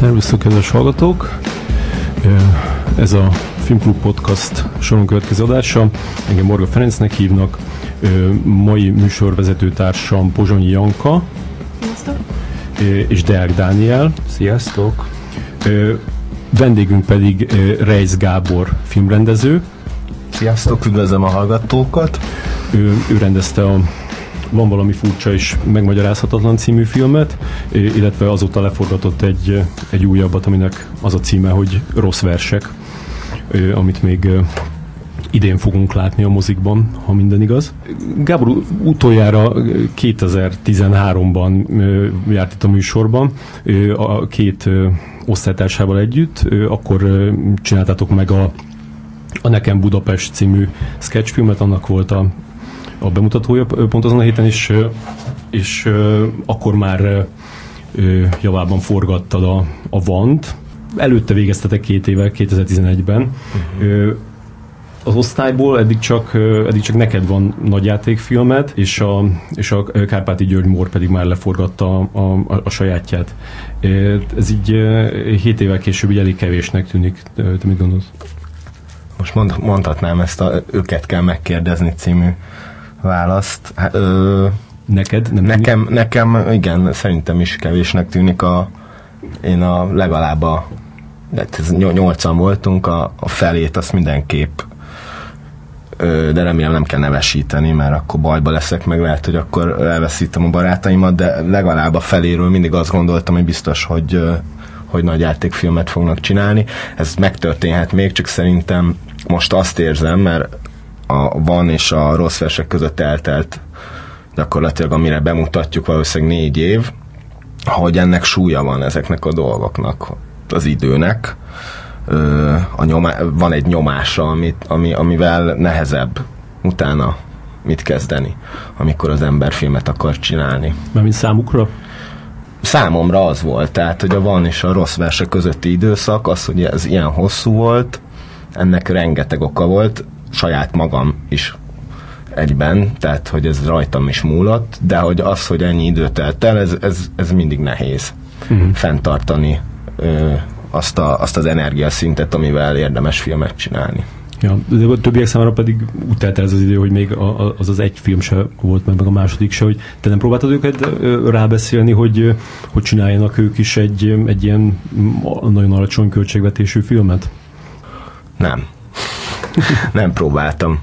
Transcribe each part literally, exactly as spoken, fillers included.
Szervusztok, kedves hallgatók! Ez a Filmklub Podcast soron következő adása. Engem Morga Ferencnek hívnak. Mai műsorvezető társam Pozsonyi Janka. Sziasztok! És Deák Dániel. Sziasztok! Vendégünk pedig Reisz Gábor filmrendező. Sziasztok, üdvözlöm a hallgatókat! Ő, ő rendezte a Van valami furcsa és megmagyarázhatatlan című filmet, illetve azóta leforgatott egy, egy újabbat, aminek az a címe, hogy Rossz versek, amit még idén fogunk látni a mozikban, ha minden igaz. Gábor utoljára kétezer-tizenháromban járt itt a műsorban, a két osztálytársával együtt, akkor csináltátok meg a, a Nekem Budapest című sketchfilmet, annak volt a a bemutatója pont azon a héten, és, és akkor már javában forgattad a, a Vant. Előtte végeztetek két éve, kétezer-tizenegyben. Uh-huh. Az osztályból eddig csak, eddig csak neked van nagyjátékfilmed, és a, és a Kárpáti György Mór pedig már leforgatta a, a, a sajátját. Ez így hét évvel később így elég kevésnek tűnik. Te mit gondolsz? Most mond, mondhatnám ezt a Őket kell megkérdezni című választ. Hát, ö, Neked? Nem nekem, nekem, igen, szerintem is kevésnek tűnik a én a legalább a nyolcan voltunk, a, a felét azt mindenképp ö, de remélem nem kell nevesíteni, mert akkor bajba leszek, meg lehet, hogy akkor elveszítem a barátaimat, de legalább a feléről mindig azt gondoltam, hogy biztos, hogy, ö, hogy nagy játékfilmet fognak csinálni. Ez megtörténhet még, csak szerintem most azt érzem, mert a Van és a Rossz versek között eltelt gyakorlatilag, amire bemutatjuk, valószínűleg négy év, hogy ennek súlya van ezeknek a dolgoknak, az időnek. Ö, a nyomá, van egy nyomása, amit, ami, amivel nehezebb utána mit kezdeni, amikor az ember filmet akar csinálni. Mármint számukra? Számomra az volt, tehát, hogy a Van és a Rossz versek közötti időszak, az, hogy ez ilyen hosszú volt, ennek rengeteg oka volt, saját magam is egyben, tehát, hogy ez rajtam is múlott, de hogy az, hogy ennyi időt telt el, ez, ez, ez mindig nehéz uh-huh. fenntartani ö, azt, a, azt az energiaszintet, amivel érdemes filmet csinálni. Ja, de a többiek számára pedig úgy telt el ez az idő, hogy még az az egy film se volt meg, meg a második se, hogy te nem próbáltad őket rábeszélni, hogy, hogy csináljanak ők is egy, egy ilyen nagyon alacsony költségvetésű filmet? Nem. Nem próbáltam.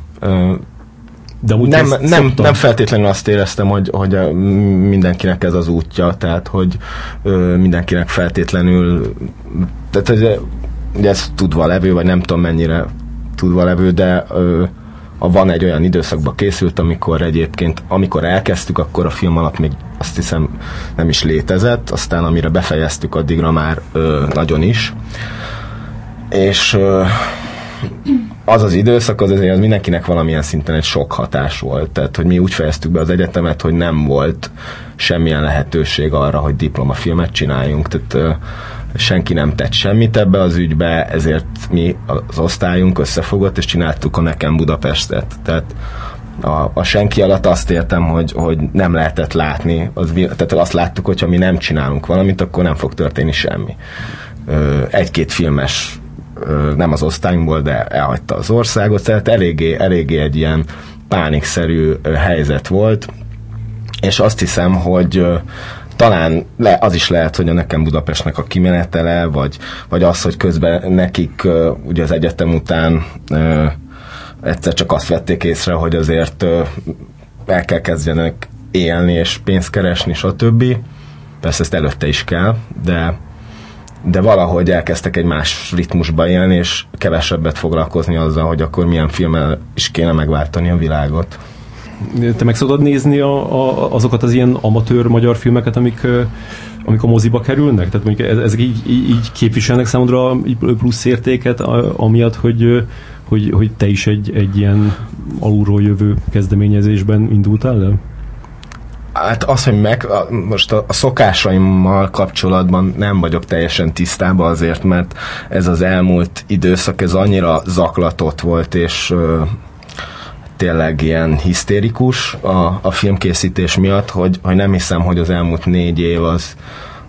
De nem, nem, nem feltétlenül azt éreztem, hogy, hogy mindenkinek ez az útja, tehát hogy mindenkinek feltétlenül, tehát hogy ugye ez tudva levő, vagy nem tudom mennyire tudva levő, de a Van egy olyan időszakban készült, amikor egyébként, amikor elkezdtük, akkor a film alap még azt hiszem nem is létezett, aztán amire befejeztük, addigra már nagyon is. És az az időszak, az azért az mindenkinek valamilyen szinten egy sok hatás volt. Tehát, hogy mi úgy fejeztük be az egyetemet, hogy nem volt semmilyen lehetőség arra, hogy diplomafilmet csináljunk. Tehát uh, senki nem tett semmit ebbe az ügybe, ezért mi az osztályunk összefogott, és csináltuk a Nekem Budapestet. Tehát a, a senki alatt azt értem, hogy, hogy nem lehetett látni. Az, tehát azt láttuk, hogyha mi nem csinálunk valamit, akkor nem fog történni semmi. Uh, egy-két filmes nem az osztályunkból, de elhagyta az országot, tehát eléggé, eléggé egy ilyen pánikszerű helyzet volt, és azt hiszem, hogy talán le, az is lehet, hogy a Nekem Budapestnek a kimenetele, vagy, vagy az, hogy közben nekik ugye az egyetem után egyszer csak azt vették észre, hogy azért el kell kezdjenek élni, és pénzt keresni, stb. Persze ezt előtte is kell, de de valahogy elkezdtek egy más ritmusba élni, és kevesebbet foglalkozni azzal, hogy akkor milyen filmmel is kéne megváltani a világot. Te meg szoktad nézni a, a, azokat az ilyen amatőr magyar filmeket, amik, amik a moziba kerülnek? Tehát mondjuk ezek így, így képviselnek számodra plusz értéket, amiatt, hogy, hogy, hogy te is egy, egy ilyen alulról jövő kezdeményezésben indultál el? Hát az, hogy meg, most a, a szokásaimmal kapcsolatban nem vagyok teljesen tisztában azért, mert ez az elmúlt időszak, ez annyira zaklatott volt, és ö, tényleg ilyen hisztérikus a, a filmkészítés miatt, hogy, hogy nem hiszem, hogy az elmúlt négy év az,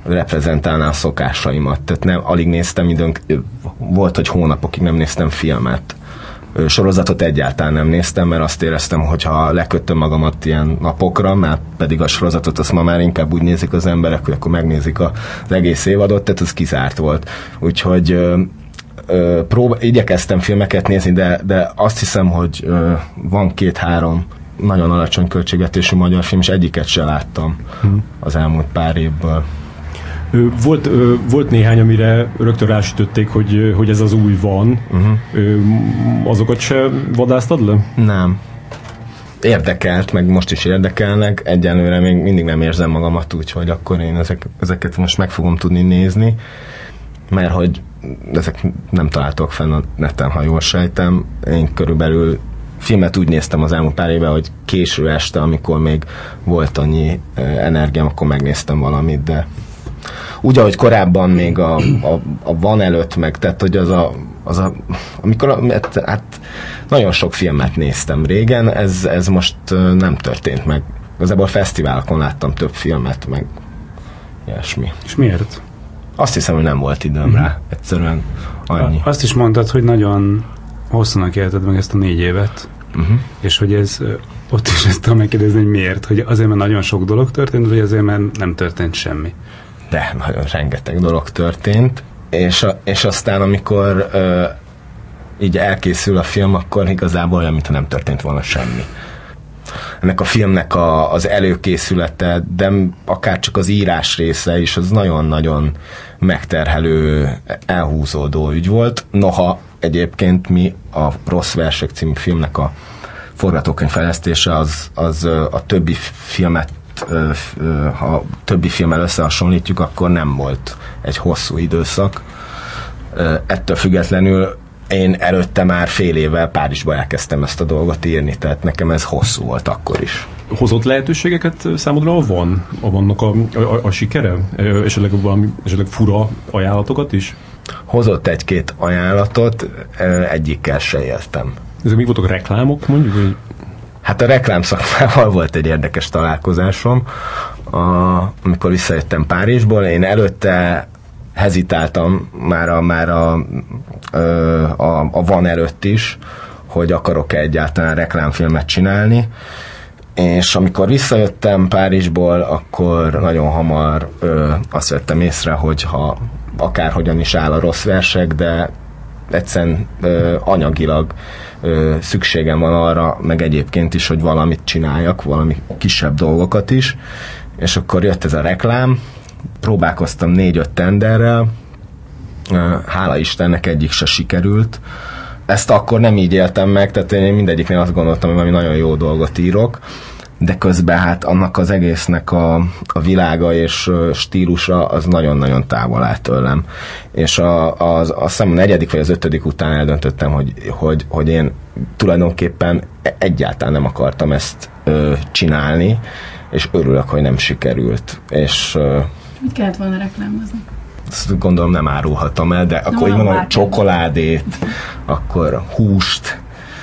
reprezentálná a szokásaimat. Tehát nem, alig néztem időnk, volt, hogy hónapokig nem néztem filmet. Sorozatot egyáltalán nem néztem, mert azt éreztem, hogy ha lekötöm magamat ilyen napokra, már pedig a sorozatot azt ma már inkább úgy nézik az emberek, hogy akkor megnézik az egész évadot, tehát az kizárt volt. Úgyhogy ö, ö, próba, igyekeztem filmeket nézni, de, de azt hiszem, hogy ö, van két-három nagyon alacsony költségvetésű magyar film, és egyiket se láttam hmm. az elmúlt pár évből. Volt, volt néhány, amire rögtön rásütötték, hogy, hogy ez az új van. Uh-huh. Azokat se vadásztad le? Nem. Érdekelt, meg most is érdekelnek. Egyenlőre még mindig nem érzem magamat úgy, hogy akkor én ezek, ezeket most meg fogom tudni nézni, mert hogy ezek nem találtok fenn a neten, ha jól sejtem. Én körülbelül filmet úgy néztem az elmúlt pár évben, hogy késő este, amikor még volt annyi energiám, akkor megnéztem valamit, de úgy, ahogy korábban még a, a, a van előtt meg, tehát, hogy az a, az a amikor, hát nagyon sok filmet néztem régen, ez, ez most nem történt meg. Igazából a fesztiválokon láttam több filmet, meg ilyesmi. És miért? Azt hiszem, hogy nem volt időm uh-huh. rá. Egyszerűen annyi. Azt is mondtad, hogy nagyon hosszúnak élted meg ezt a négy évet, uh-huh. és hogy ez, ott is ezt tudom megkérdezni, hogy miért? Hogy azért, mert nagyon sok dolog történt, vagy azért, mert nem történt semmi? De nagyon rengeteg dolog történt, és, a, és aztán amikor ö, így elkészül a film, akkor igazából olyan, mintha nem történt volna semmi. Ennek a filmnek a, az előkészülete, de akár csak az írás része is, az nagyon-nagyon megterhelő, elhúzódó ügy volt. Noha egyébként mi a Rossz Versek című filmnek a forgatókönyvfejlesztése az, az a többi filmet, ha a többi filmmel összehasonlítjuk, akkor nem volt egy hosszú időszak. Ettől függetlenül én előtte már fél évvel Párizsba elkezdtem ezt a dolgot írni, tehát nekem ez hosszú volt akkor is. Hozott lehetőségeket számodra a van? A vannak a, a, a sikere? Esetleg valami esetleg fura ajánlatokat is? Hozott egy-két ajánlatot, egyikkel se éltem. Ezek mi voltak reklámok, mondjuk? Hogy... Hát a reklámszakmával volt egy érdekes találkozásom, a, amikor visszajöttem Párizsból. Én előtte hezitáltam már a, már a, a, a van előtt is, hogy akarok-e egyáltalán reklámfilmet csinálni, és amikor visszajöttem Párizsból, akkor nagyon hamar ö, azt vettem észre, hogy ha akárhogyan is áll a Rossz Versek, de egyszerűen ö, anyagilag ö, szükségem van arra, meg egyébként is, hogy valamit csináljak, valami kisebb dolgokat is, és akkor jött ez a reklám, próbálkoztam négy-öt tenderrel, hála Istennek egyik se sikerült. Ezt akkor nem így éltem meg, tehát én mindegyiknél azt gondoltam, hogy valami nagyon jó dolgot írok, de közben hát annak az egésznek a, a világa és stílusa az nagyon-nagyon távol áll tőlem. És a, az, azt hiszem a negyedik vagy az ötödik után eldöntöttem, hogy, hogy, hogy én tulajdonképpen egyáltalán nem akartam ezt ö, csinálni, és örülök, hogy nem sikerült. És ö, mit kellett volna reklámozni? Azt gondolom nem árulhatom el, de no, akkor így mondom, hogy csokoládét, akkor húst.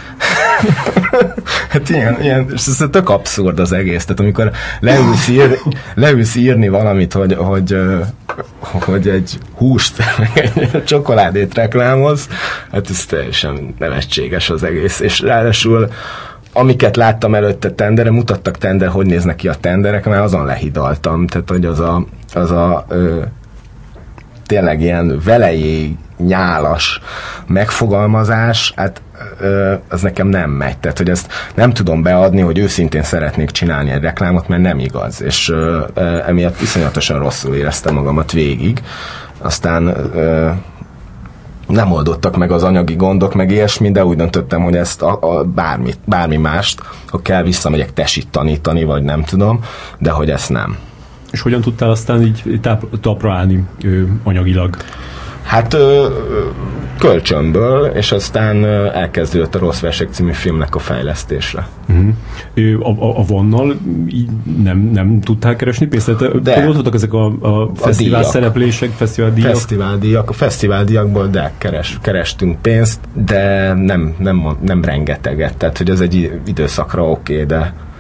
Hát ilyen, ilyen, ez tök abszurd az egész. Tehát amikor leülsz, ír, leülsz írni valamit, hogy, hogy, hogy egy húst, egy csokoládét reklámoz, hát ez teljesen nevetséges az egész. És ráadásul amiket láttam előtte tendere, mutattak tender, hogy néznek ki a tenderek, mert azon lehidaltam. Tehát, hogy az a, az a ö, tényleg ilyen velejéig nyálas megfogalmazás, hát ö, az nekem nem megy. Tehát, hogy ezt nem tudom beadni, hogy őszintén szeretnék csinálni egy reklámot, mert nem igaz. És ö, ö, emiatt iszonyatosan rosszul éreztem magamat végig. Aztán ö, nem oldottak meg az anyagi gondok, meg ilyesmi, de úgy döntöttem, hogy ezt a, a bármi, bármi mást, ha kell, visszamegyek tesit tanítani, vagy nem tudom, de hogy ezt nem. És hogyan tudtál aztán így táp, talpra állni ö, anyagilag? Hát ö, kölcsönből, és aztán ö, elkezdődött a Rossz Versek című filmnek a fejlesztésre. Uh-huh. A, a, a vonnal így nem, nem tudtál keresni pénzt? De ott voltak ezek a, a fesztivál a szereplések, fesztiváldíjak? Fesztiváldíjak, a fesztiváldíjakból de keres, kerestünk pénzt, de nem, nem, nem rengeteget, tehát hogy az egy időszakra oké, okay, de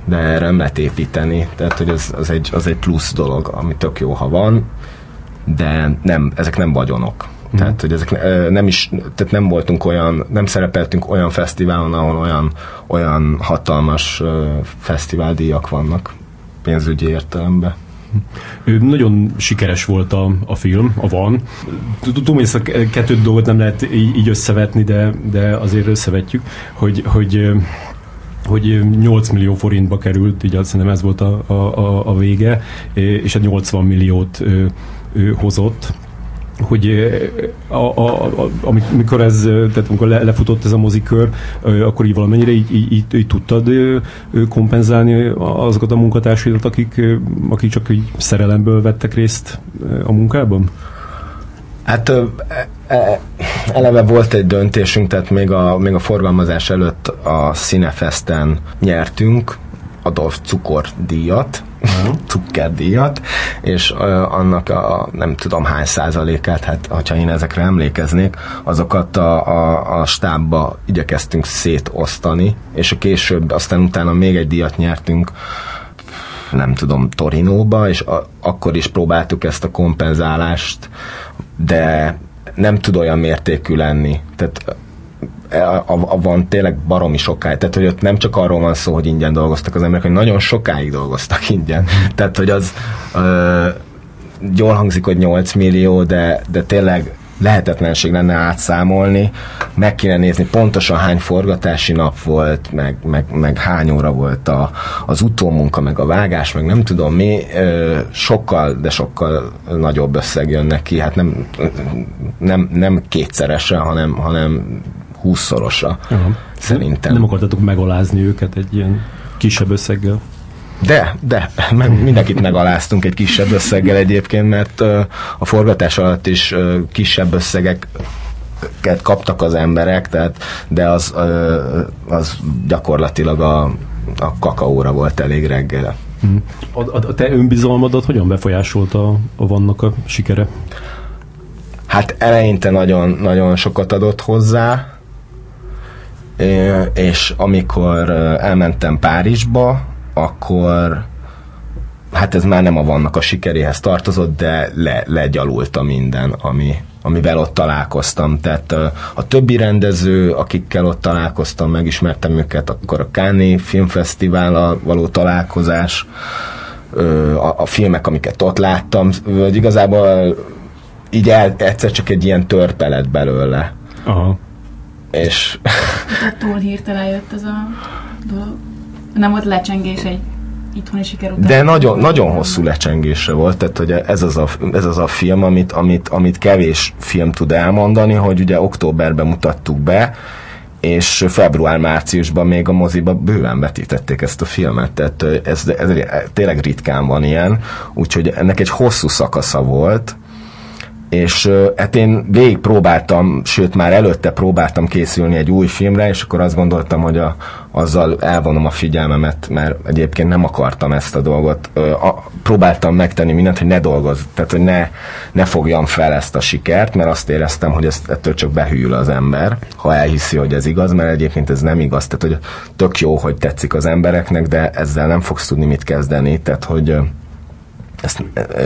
de erre nem lehet építeni, tehát hogy az, az, egy, az egy plusz dolog, ami tök jó, ha van, de nem, ezek nem vagyonok. Mm. Tehát, hogy ezek nem is, tehát nem voltunk olyan, nem szerepeltünk olyan fesztiválon, ahol olyan, olyan hatalmas fesztiváldíjak vannak pénzügyi értelemben. Nagyon sikeres volt a, a film, a Van. Tudom, hogy ezt a kettő dolgot nem lehet így, így összevetni, de, de azért összevetjük, hogy, hogy, hogy nyolc millió forintba került, így azt szerintem ez volt a, a, a vége, és a nyolcvan milliót ö, ö, hozott. Hogy a, a, a, amikor ez, tehát amikor le, lefutott ez a mozikör, akkor így valamennyire így, így, így, így tudtad kompenzálni azokat a munkatársaidat, akik, akik csak így szerelemből vettek részt a munkában? Hát eleve volt egy döntésünk, tehát még a, még a forgalmazás előtt a Cinefesten nyertünk Adolf Cukor díjat, uh-huh. Cukkerdíjat, és uh, annak a nem tudom hány százalékát, hát hogyha én ezekre emlékeznék, azokat a, a, a stábba igyekeztünk szétosztani, és a később, aztán utána még egy díjat nyertünk, nem tudom, Torinóba, és a, akkor is próbáltuk ezt a kompenzálást, de nem tud olyan mértékű lenni. Tehát A, a, a van tényleg baromi sokáig. Tehát, hogy ott nem csak arról van szó, hogy ingyen dolgoztak az emberek, hogy nagyon sokáig dolgoztak ingyen. Tehát, hogy az ö, jól hangzik, hogy nyolc millió, de, de tényleg lehetetlenség lenne átszámolni, meg kéne nézni pontosan hány forgatási nap volt, meg, meg, meg hány óra volt a, az utómunka, meg a vágás, meg nem tudom mi, ö, sokkal, de sokkal nagyobb összeg jön neki, hát nem, nem, nem kétszeresen, hanem, hanem húszszorosra. Uh-huh. Szerintem. Nem akartatok megalázni őket egy ilyen kisebb összeggel? De, de, meg mindenkit megaláztunk egy kisebb összeggel egyébként, mert uh, a forgatás alatt is uh, kisebb összegeket kaptak az emberek, tehát, de az, uh, az gyakorlatilag a, a kakaóra volt elég reggel. Hmm. A, a, a te önbizalmadat hogyan befolyásolta a, a Vannak a sikere? Hát eleinte nagyon, nagyon sokat adott hozzá, és amikor elmentem Párizsba, akkor hát ez már nem a Vannak a sikeréhez tartozott, de le, legyalulta minden, ami, amivel ott találkoztam. Tehát a, a többi rendező, akikkel ott találkoztam, megismertem őket, akkor a Cannes Filmfesztivállal való találkozás, a, a filmek, amiket ott láttam, vagy igazából így el, egyszer csak egy ilyen törpe lett belőle. Aha. És... túl hirtelen jött ez a dolog. Nem volt lecsengés egy itthoni siker után. De nagyon, nagyon hosszú lecsengése volt, tehát hogy ez az a, ez az a film, amit, amit, amit kevés film tud elmondani, hogy ugye októberben mutattuk be, és február-márciusban még a moziba bőven vetítették ezt a filmet, tehát ez, ez, ez tényleg ritkán van ilyen, úgyhogy ennek egy hosszú szakasza volt, és hát én végig próbáltam, sőt már előtte próbáltam készülni egy új filmre, és akkor azt gondoltam, hogy a, azzal elvonom a figyelmemet, mert egyébként nem akartam ezt a dolgot. A, próbáltam megtenni mindent, hogy ne dolgozz, tehát hogy ne, ne fogjam fel ezt a sikert, mert azt éreztem, hogy ezt, ettől csak behűl az ember, ha elhiszi, hogy ez igaz, mert egyébként ez nem igaz. Tehát, hogy tök jó, hogy tetszik az embereknek, de ezzel nem fogsz tudni mit kezdeni, tehát, hogy ezt,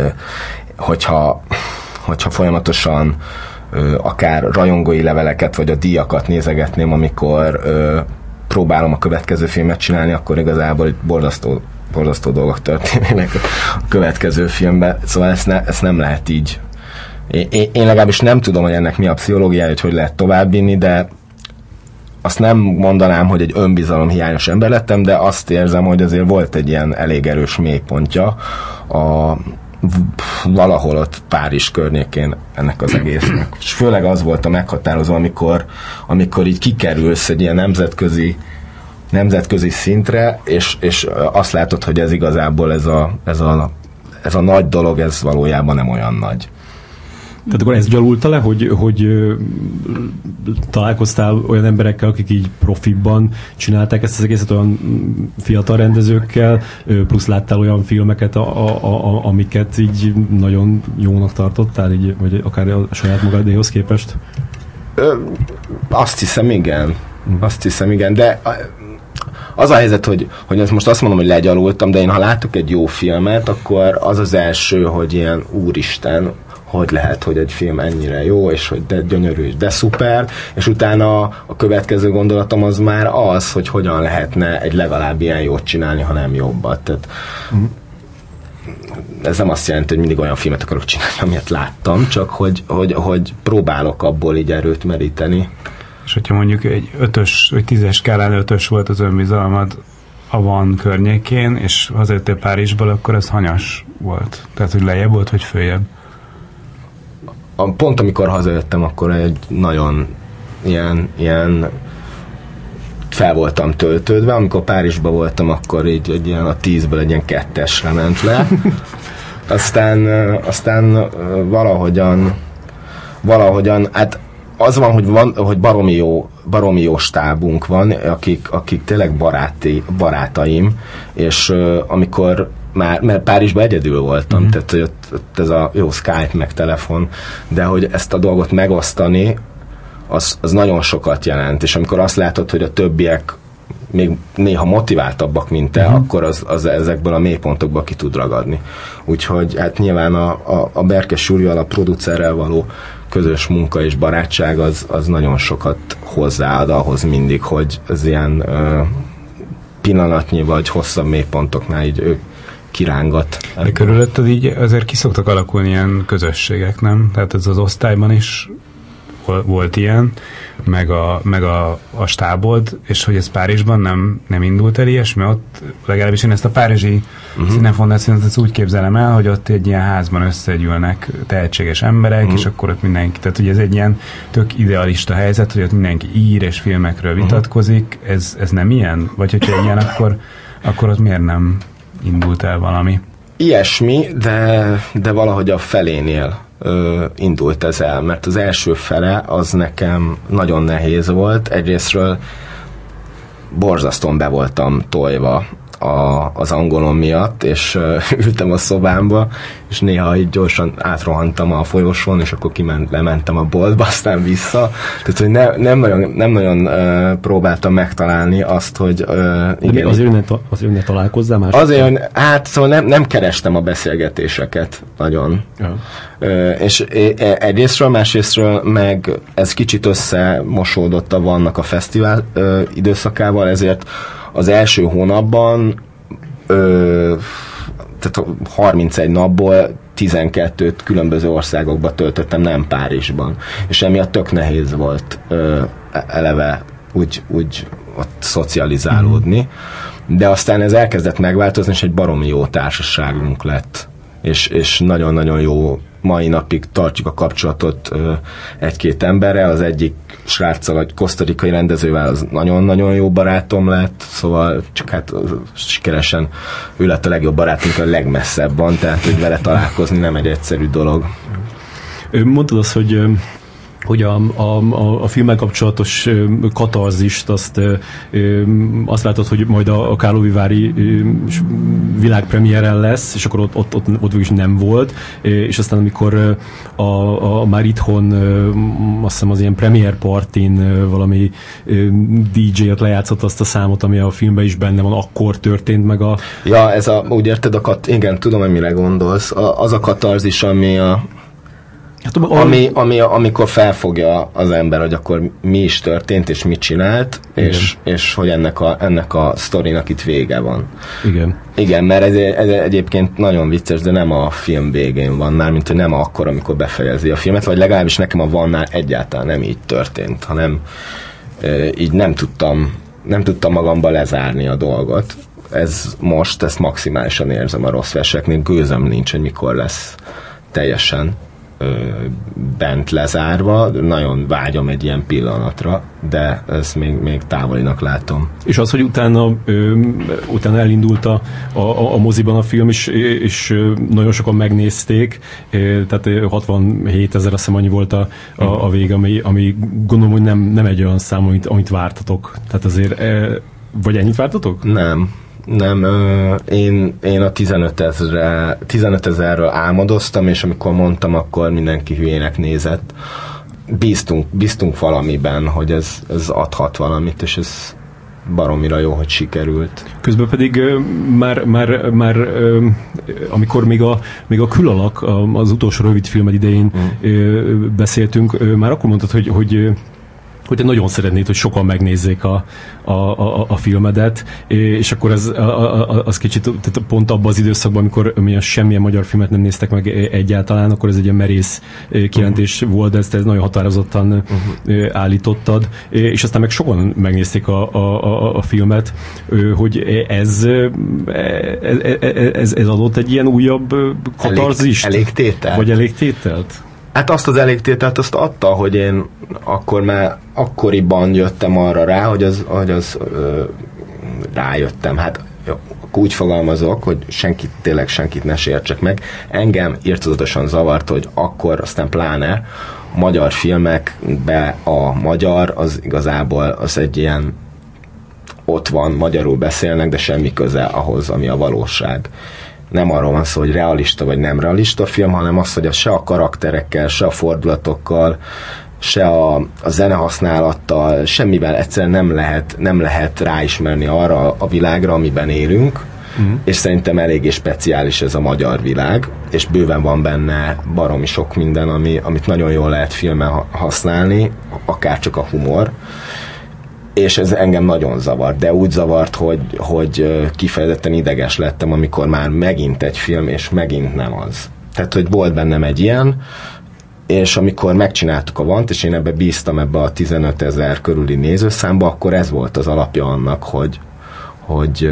hogyha hogyha folyamatosan ö, akár rajongói leveleket, vagy a díjakat nézegetném, amikor ö, próbálom a következő filmet csinálni, akkor igazából itt borzasztó, borzasztó dolgok történnek a következő filmben. Szóval ezt, ne, ezt nem lehet így. Én, én legalábbis nem tudom, hogy ennek mi a pszichológiája, hogy hogy lehet továbbvinni, de azt nem mondanám, hogy egy önbizalom hiányos ember lettem, de azt érzem, hogy azért volt egy ilyen elég erős mélypontja a valahol ott Párizs környékén ennek az egésznek. És főleg az volt a meghatározó, amikor, amikor így kikerülsz egy ilyen nemzetközi nemzetközi szintre, és, és azt látod, hogy ez igazából ez a, ez a, ez a nagy dolog, ez valójában nem olyan nagy. Tehát akkor ez gyalulta le, hogy, hogy találkoztál olyan emberekkel, akik így profibban csinálták ezt az egészet, olyan fiatal rendezőkkel, plusz láttál olyan filmeket, a, a, a, amiket így nagyon jónak tartottál, így, vagy akár a saját magadéhoz képest? Ö, azt hiszem, igen. Azt hiszem, igen, de az a helyzet, hogy, hogy ezt most azt mondom, hogy legyalultam, de én ha látok egy jó filmet, akkor az az első, hogy ilyen úristen, hogy lehet, hogy egy film ennyire jó, és hogy de gyönyörű, de szuper, és utána a következő gondolatom az már az, hogy hogyan lehetne egy legalább ilyen jót csinálni, ha nem jobbat. Tehát mm. ez nem azt jelenti, hogy mindig olyan filmet akarok csinálni, amilyet láttam, csak hogy, hogy, hogy próbálok abból így erőt meríteni. És hogyha mondjuk egy ötös, vagy tízes skálán ötös volt az önbizalmad a Van környékén, és hazajöttél Párizsból, akkor ez hanyas volt? Tehát, hogy lejjebb volt, vagy följebb? A pont amikor hazajöttem, akkor egy nagyon ilyen, ilyen fel voltam töltődve, amikor Párizsban voltam, akkor így egy ilyen a tízből egy ilyen kettesre ment le. Aztán, aztán valahogyan valahogyan, hát az van, hogy, van, hogy baromi, jó, baromi jó stábunk van, akik, akik tényleg baráti, barátaim, és uh, amikor már, mert Párizsban egyedül voltam, mm-hmm. tehát hogy ott, ott ez a jó Skype, meg telefon, de hogy ezt a dolgot megosztani, az, az nagyon sokat jelent, és amikor azt látod, hogy a többiek még néha motiváltabbak, mint te, mm-hmm. akkor az, az ezekből a mélypontokból ki tud ragadni. Úgyhogy hát nyilván a, a, a Berkes Júrival, a producerrel való közös munka és barátság az, az nagyon sokat hozzáad ahhoz mindig, hogy az ilyen ö, pillanatnyi vagy hosszabb mélypontoknál így ő kirángat. De körülötted így azért ki szoktak alakulni ilyen közösségek, nem? Tehát ez az osztályban is volt ilyen, meg a, meg a, a stábod, és hogy ez Párizsban nem, nem indult el ilyesmi, ott legalábbis én ezt a párizsi uh-huh. Színefondációt ezt úgy képzelem el, hogy ott egy ilyen házban összegyűlnek tehetséges emberek, uh-huh. és akkor ott mindenki, tehát ugye ez egy ilyen tök idealista helyzet, hogy ott mindenki ír és filmekről vitatkozik, ez, ez nem ilyen? Vagy hogyha ilyen, akkor, akkor ott miért nem indult el valami? Ilyesmi, de, de valahogy a felénél ö, indult ez el, mert az első fele az nekem nagyon nehéz volt. Egyrésztről borzasztóan be voltam tojva a, az angolom miatt, és ö, ültem a szobámba, és néha így gyorsan átrohantam a folyosón, és akkor kiment, lementem a boltba, aztán vissza. Tehát, hogy ne, nem nagyon, nem nagyon ö, próbáltam megtalálni azt, hogy ö, igen, azért, ne, ta, azért ne találkozzál más? Azért, hát szóval nem, nem kerestem a beszélgetéseket nagyon. Ja. Ö, és egyrésztről, másrésztről meg ez kicsit összemosódott a Vannak a fesztivál ö, időszakával, ezért az első hónapban ö, tehát harmincegy napból tizenkettőt különböző országokba töltöttem, nem Párizsban. És emiatt tök nehéz volt ö, eleve úgy, úgy ott szocializálódni. De aztán ez elkezdett megváltozni, és egy baromi jó társaságunk lett. És, és nagyon-nagyon jó, mai napig tartjuk a kapcsolatot ö, egy-két emberre. Az egyik sráccal, egy kosztarikai rendezővel az nagyon-nagyon jó barátom lett, szóval csak hát sikeresen ő lett a legjobb barátunk, a legmesszebb van, tehát hogy vele találkozni nem egy egyszerű dolog. Mondtad azt, hogy hogy a, a, a filmmel kapcsolatos katarzist, azt, azt látod, hogy majd a, a Karlovy-vári világpremiéren lesz, és akkor ott, ott, ott, ott is nem volt, és aztán amikor a, a, már itthon azt hiszem az ilyen premier partin valami dé jé-et lejátszott azt a számot, ami a filmben is benne van, akkor történt meg a... Ja, ez a, úgy érted, a kat, igen, tudom, hogy mire gondolsz, a, az a katarzis, ami a Hát, ami, ami, amikor felfogja az ember, hogy akkor mi is történt, és mit csinált, és, és hogy ennek a, ennek a sztorinak itt vége van. Igen. Igen, mert ez, ez egyébként nagyon vicces, de nem a film végén van, mármint, hogy nem akkor, amikor befejezi a filmet, vagy legalábbis nekem a Vannál egyáltalán nem így történt, hanem e, így nem tudtam, nem tudtam magamba lezárni a dolgot. Ez most, ezt maximálisan érzem a Rossz verseknél, gőzöm nincs, hogy mikor lesz teljesen bent lezárva, nagyon vágyom egy ilyen pillanatra, de ezt még, még távolinak látom. És az, hogy utána, ö, utána elindult a, a, a moziban a film, és, és nagyon sokan megnézték, tehát hatvanhét ezer, azt hiszem annyi volt a, a, a vége, ami, ami gondolom, hogy nem, nem egy olyan szám, amit, amit vártatok. Tehát azért, vagy ennyit vártatok? Nem. Nem, ö, én, én a tizenöt ezerről álmodoztam, és amikor mondtam, akkor mindenki hülyének nézett. Bíztunk, bíztunk valamiben, hogy ez, ez adhat valamit, és ez, baromira jó, hogy sikerült. Közben pedig már, már, már amikor még a, még a Külalak, az utolsó rövid filmed idején mm. beszéltünk, már akkor mondtad, hogy, hogy hogy te nagyon szeretnéd, hogy sokan megnézzék a, a, a, a filmedet, és akkor ez a, a, az kicsit tehát pont abban az időszakban, amikor milyen, semmilyen magyar filmet nem néztek meg egyáltalán, akkor ez egy ilyen merész kijelentés uh-huh. volt, de ezt ez nagyon határozottan uh-huh. állítottad, és aztán meg sokan megnézték a, a, a, a filmet, hogy ez, ez, ez, ez adott egy ilyen újabb katarzist? Elég, elég tételt? Vagy elég tételt? Hát azt az elégtételt azt adta, hogy én akkor már akkoriban jöttem arra rá, hogy az, hogy az ö, rájöttem. Hát úgy fogalmazok, hogy senkit, tényleg senkit ne sértsek meg. Engem irtózatosan zavart, hogy akkor aztán pláne a magyar filmekbe a magyar az igazából az egy ilyen ott van, magyarul beszélnek, de semmi köze ahhoz, ami a valóság. Nem arról van szó, hogy realista vagy nem realista film, hanem az, hogy a se a karakterekkel, se a fordulatokkal, se a, a zenehasználattal, semmivel egyszerűen nem lehet, nem lehet ráismerni arra a világra, amiben élünk, uh-huh. és szerintem eléggé speciális ez a magyar világ, és bőven van benne baromi sok minden, ami, amit nagyon jól lehet filmen használni, akár csak a humor. És ez engem nagyon zavart, de úgy zavart, hogy, hogy kifejezetten ideges lettem, amikor már megint egy film, és megint nem az. Tehát, hogy volt bennem egy ilyen, és amikor megcsináltuk a Vant, és én ebbe bíztam ebbe a tizenötezer körüli nézőszámba, akkor ez volt az alapja annak, hogy, hogy,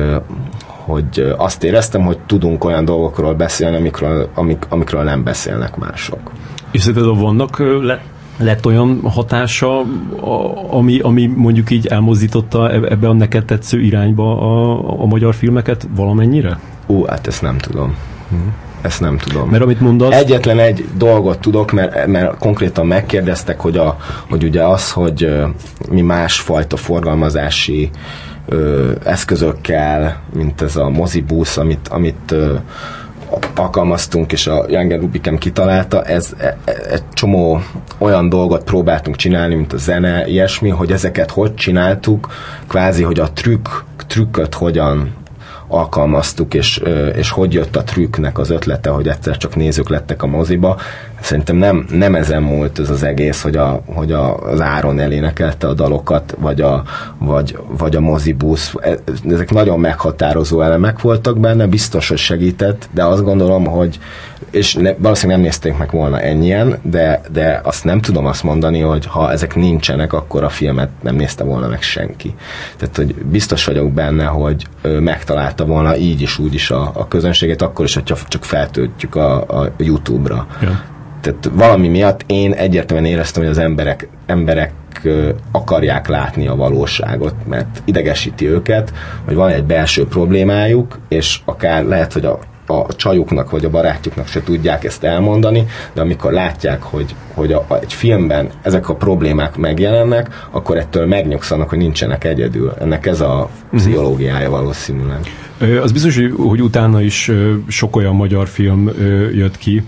hogy azt éreztem, hogy tudunk olyan dolgokról beszélni, amikről, amik, amikről nem beszélnek mások. És szerinted vannak le- lett olyan hatása, ami, ami mondjuk így elmozdította ebbe a neked tetsző irányba a, a magyar filmeket valamennyire? Ú, hát ezt nem tudom. Hm. Ezt nem tudom. Mert amit mondasz... Egyetlen egy dolgot tudok, mert, mert konkrétan megkérdeztek, hogy, a, hogy ugye az, hogy mi másfajta forgalmazási ö, eszközökkel, mint ez a mozibusz, amit, amit ö, alkalmaztunk, és a Younger Rubicam kitalálta, ez egy csomó olyan dolgot próbáltunk csinálni, mint a zene, ilyesmi, hogy ezeket hogy csináltuk, kvázi, hogy a trükk, trükköt hogyan alkalmaztuk, és, és hogy jött a trükknek az ötlete, hogy egyszer csak nézők lettek a moziba. Szerintem nem, nem ezen múlt ez az egész, hogy, a, hogy a, az Áron elénekelte a dalokat, vagy a, vagy, vagy a mozibusz. Ezek nagyon meghatározó elemek voltak benne, biztos, hogy segített, de azt gondolom, hogy és ne, valószínűleg nem nézték meg volna ennyien, de, de azt nem tudom azt mondani, hogy ha ezek nincsenek, akkor a filmet nem nézte volna meg senki. Tehát, hogy biztos vagyok benne, hogy ö, megtalálta volna így is, úgy is a, a közönséget, akkor is, hogyha csak feltöltjük a, a YouTube-ra. Ja. Tehát valami miatt én egyértelműen éreztem, hogy az emberek, emberek ö, akarják látni a valóságot, mert idegesíti őket, hogy van egy belső problémájuk, és akár lehet, hogy a a csajuknak vagy a barátjuknak se tudják ezt elmondani, de amikor látják, hogy, hogy a, a, egy filmben ezek a problémák megjelennek, akkor ettől megnyugszanak, hogy nincsenek egyedül. Ennek ez a pszichológiája valószínűleg. Az biztos, hogy utána is sok olyan magyar film jött ki,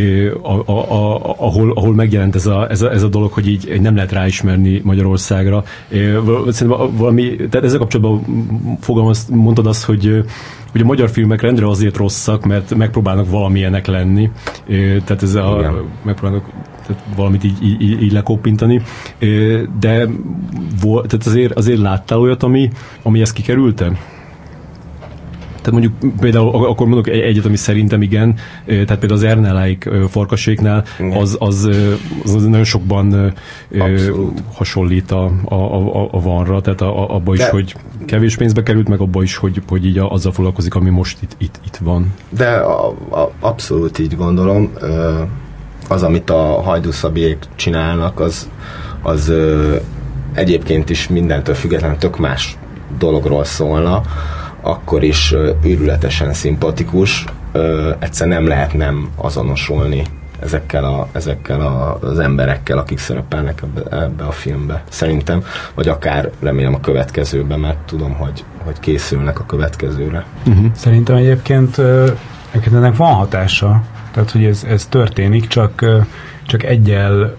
a, a, a, ahol, ahol megjelent ez a, ez, a, ez a dolog, hogy így nem lehet ráismerni Magyarországra. Szerintem valami, tehát ezzel kapcsolatban fogalmaz, mondtad azt, hogy hogy a magyar filmek rendre azért rosszak, mert megpróbálnak valamilyenek lenni, tehát ez a, megpróbálnak tehát valamit így, így, így lekoppintani, de volt, tehát azért, azért láttál olyat, ami, ami ezt kikerülte? Tehát mondjuk például akkor mondok egyet, ami szerintem igen, tehát például az Erneláik Farkaséknál az, az, az nagyon sokban Abszolút. hasonlít a, a, a, a Vanra, tehát a, a, abba is, de, hogy kevés pénzbe került, meg abba is, hogy, hogy így azzal foglalkozik, ami most itt, itt, itt van. De a, a, abszolút így gondolom. Az, amit a Hajdú Szabiék csinálnak, az, az egyébként is mindentől függetlenül tök más dologról szólna, akkor is uh, őrületesen szimpatikus, uh, egyszer nem lehet nem azonosulni ezekkel, a, ezekkel a, az emberekkel, akik szerepelnek ebbe, ebbe a filmbe. Szerintem, vagy akár remélem a következőben, mert tudom, hogy, hogy készülnek a következőre. Uh-huh. Szerintem egyébként, uh, egyébként ennek van hatása, tehát hogy ez, ez történik, csak, uh, csak egyel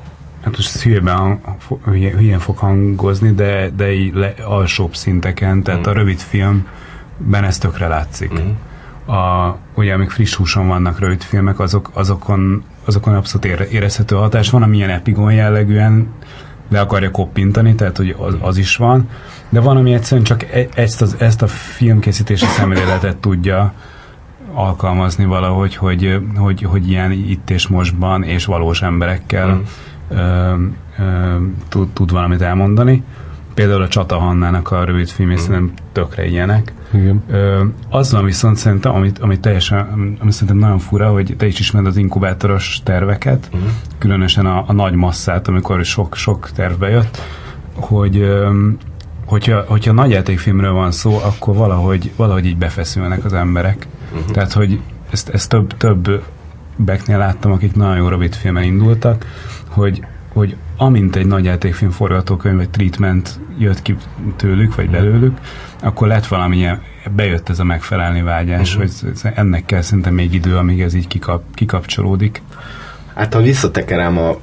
hát most hülyében, hülyén fog hangozni, de, de így le, alsóbb szinteken, tehát mm. a rövid filmben ez tökre látszik. Mm. A, ugye, amik friss húson vannak rövid filmek, azok, azokon, azokon abszolút érezhető hatás van, amilyen epigon jellegűen le akarja koppintani, tehát hogy az, az is van, de van, ami egyszerűen csak ezt, az, ezt a filmkészítési szemléletet tudja alkalmazni valahogy, hogy, hogy, hogy ilyen itt és mostban és valós emberekkel mm. ö, ö, tud, tud valamit elmondani. Például a Csata Hannának a rövid filmje mm. szerintem tökre ilyenek. Igen. Ö, azzal viszont szerintem, amit, amit teljesen, ami szerintem nagyon fura, hogy te is ismered az inkubátoros terveket, mm. különösen a, a nagy masszát, amikor sok, sok tervbe jött, hogy ö, hogyha, hogyha nagy játékfilmről van szó, akkor valahogy, valahogy így befeszülnek az emberek. Uh-huh. Tehát, hogy ezt, ezt több, több beknél láttam, akik nagyon jó rövid filmen indultak, hogy, hogy amint egy nagy játékfilm forgatókönyv vagy treatment jött ki tőlük, vagy belőlük, akkor lett valamilyen, bejött ez a megfelelni vágyás, uh-huh. hogy ennek kell szinte még idő, amíg ez így kikap, kikapcsolódik. Hát ha visszatekerem a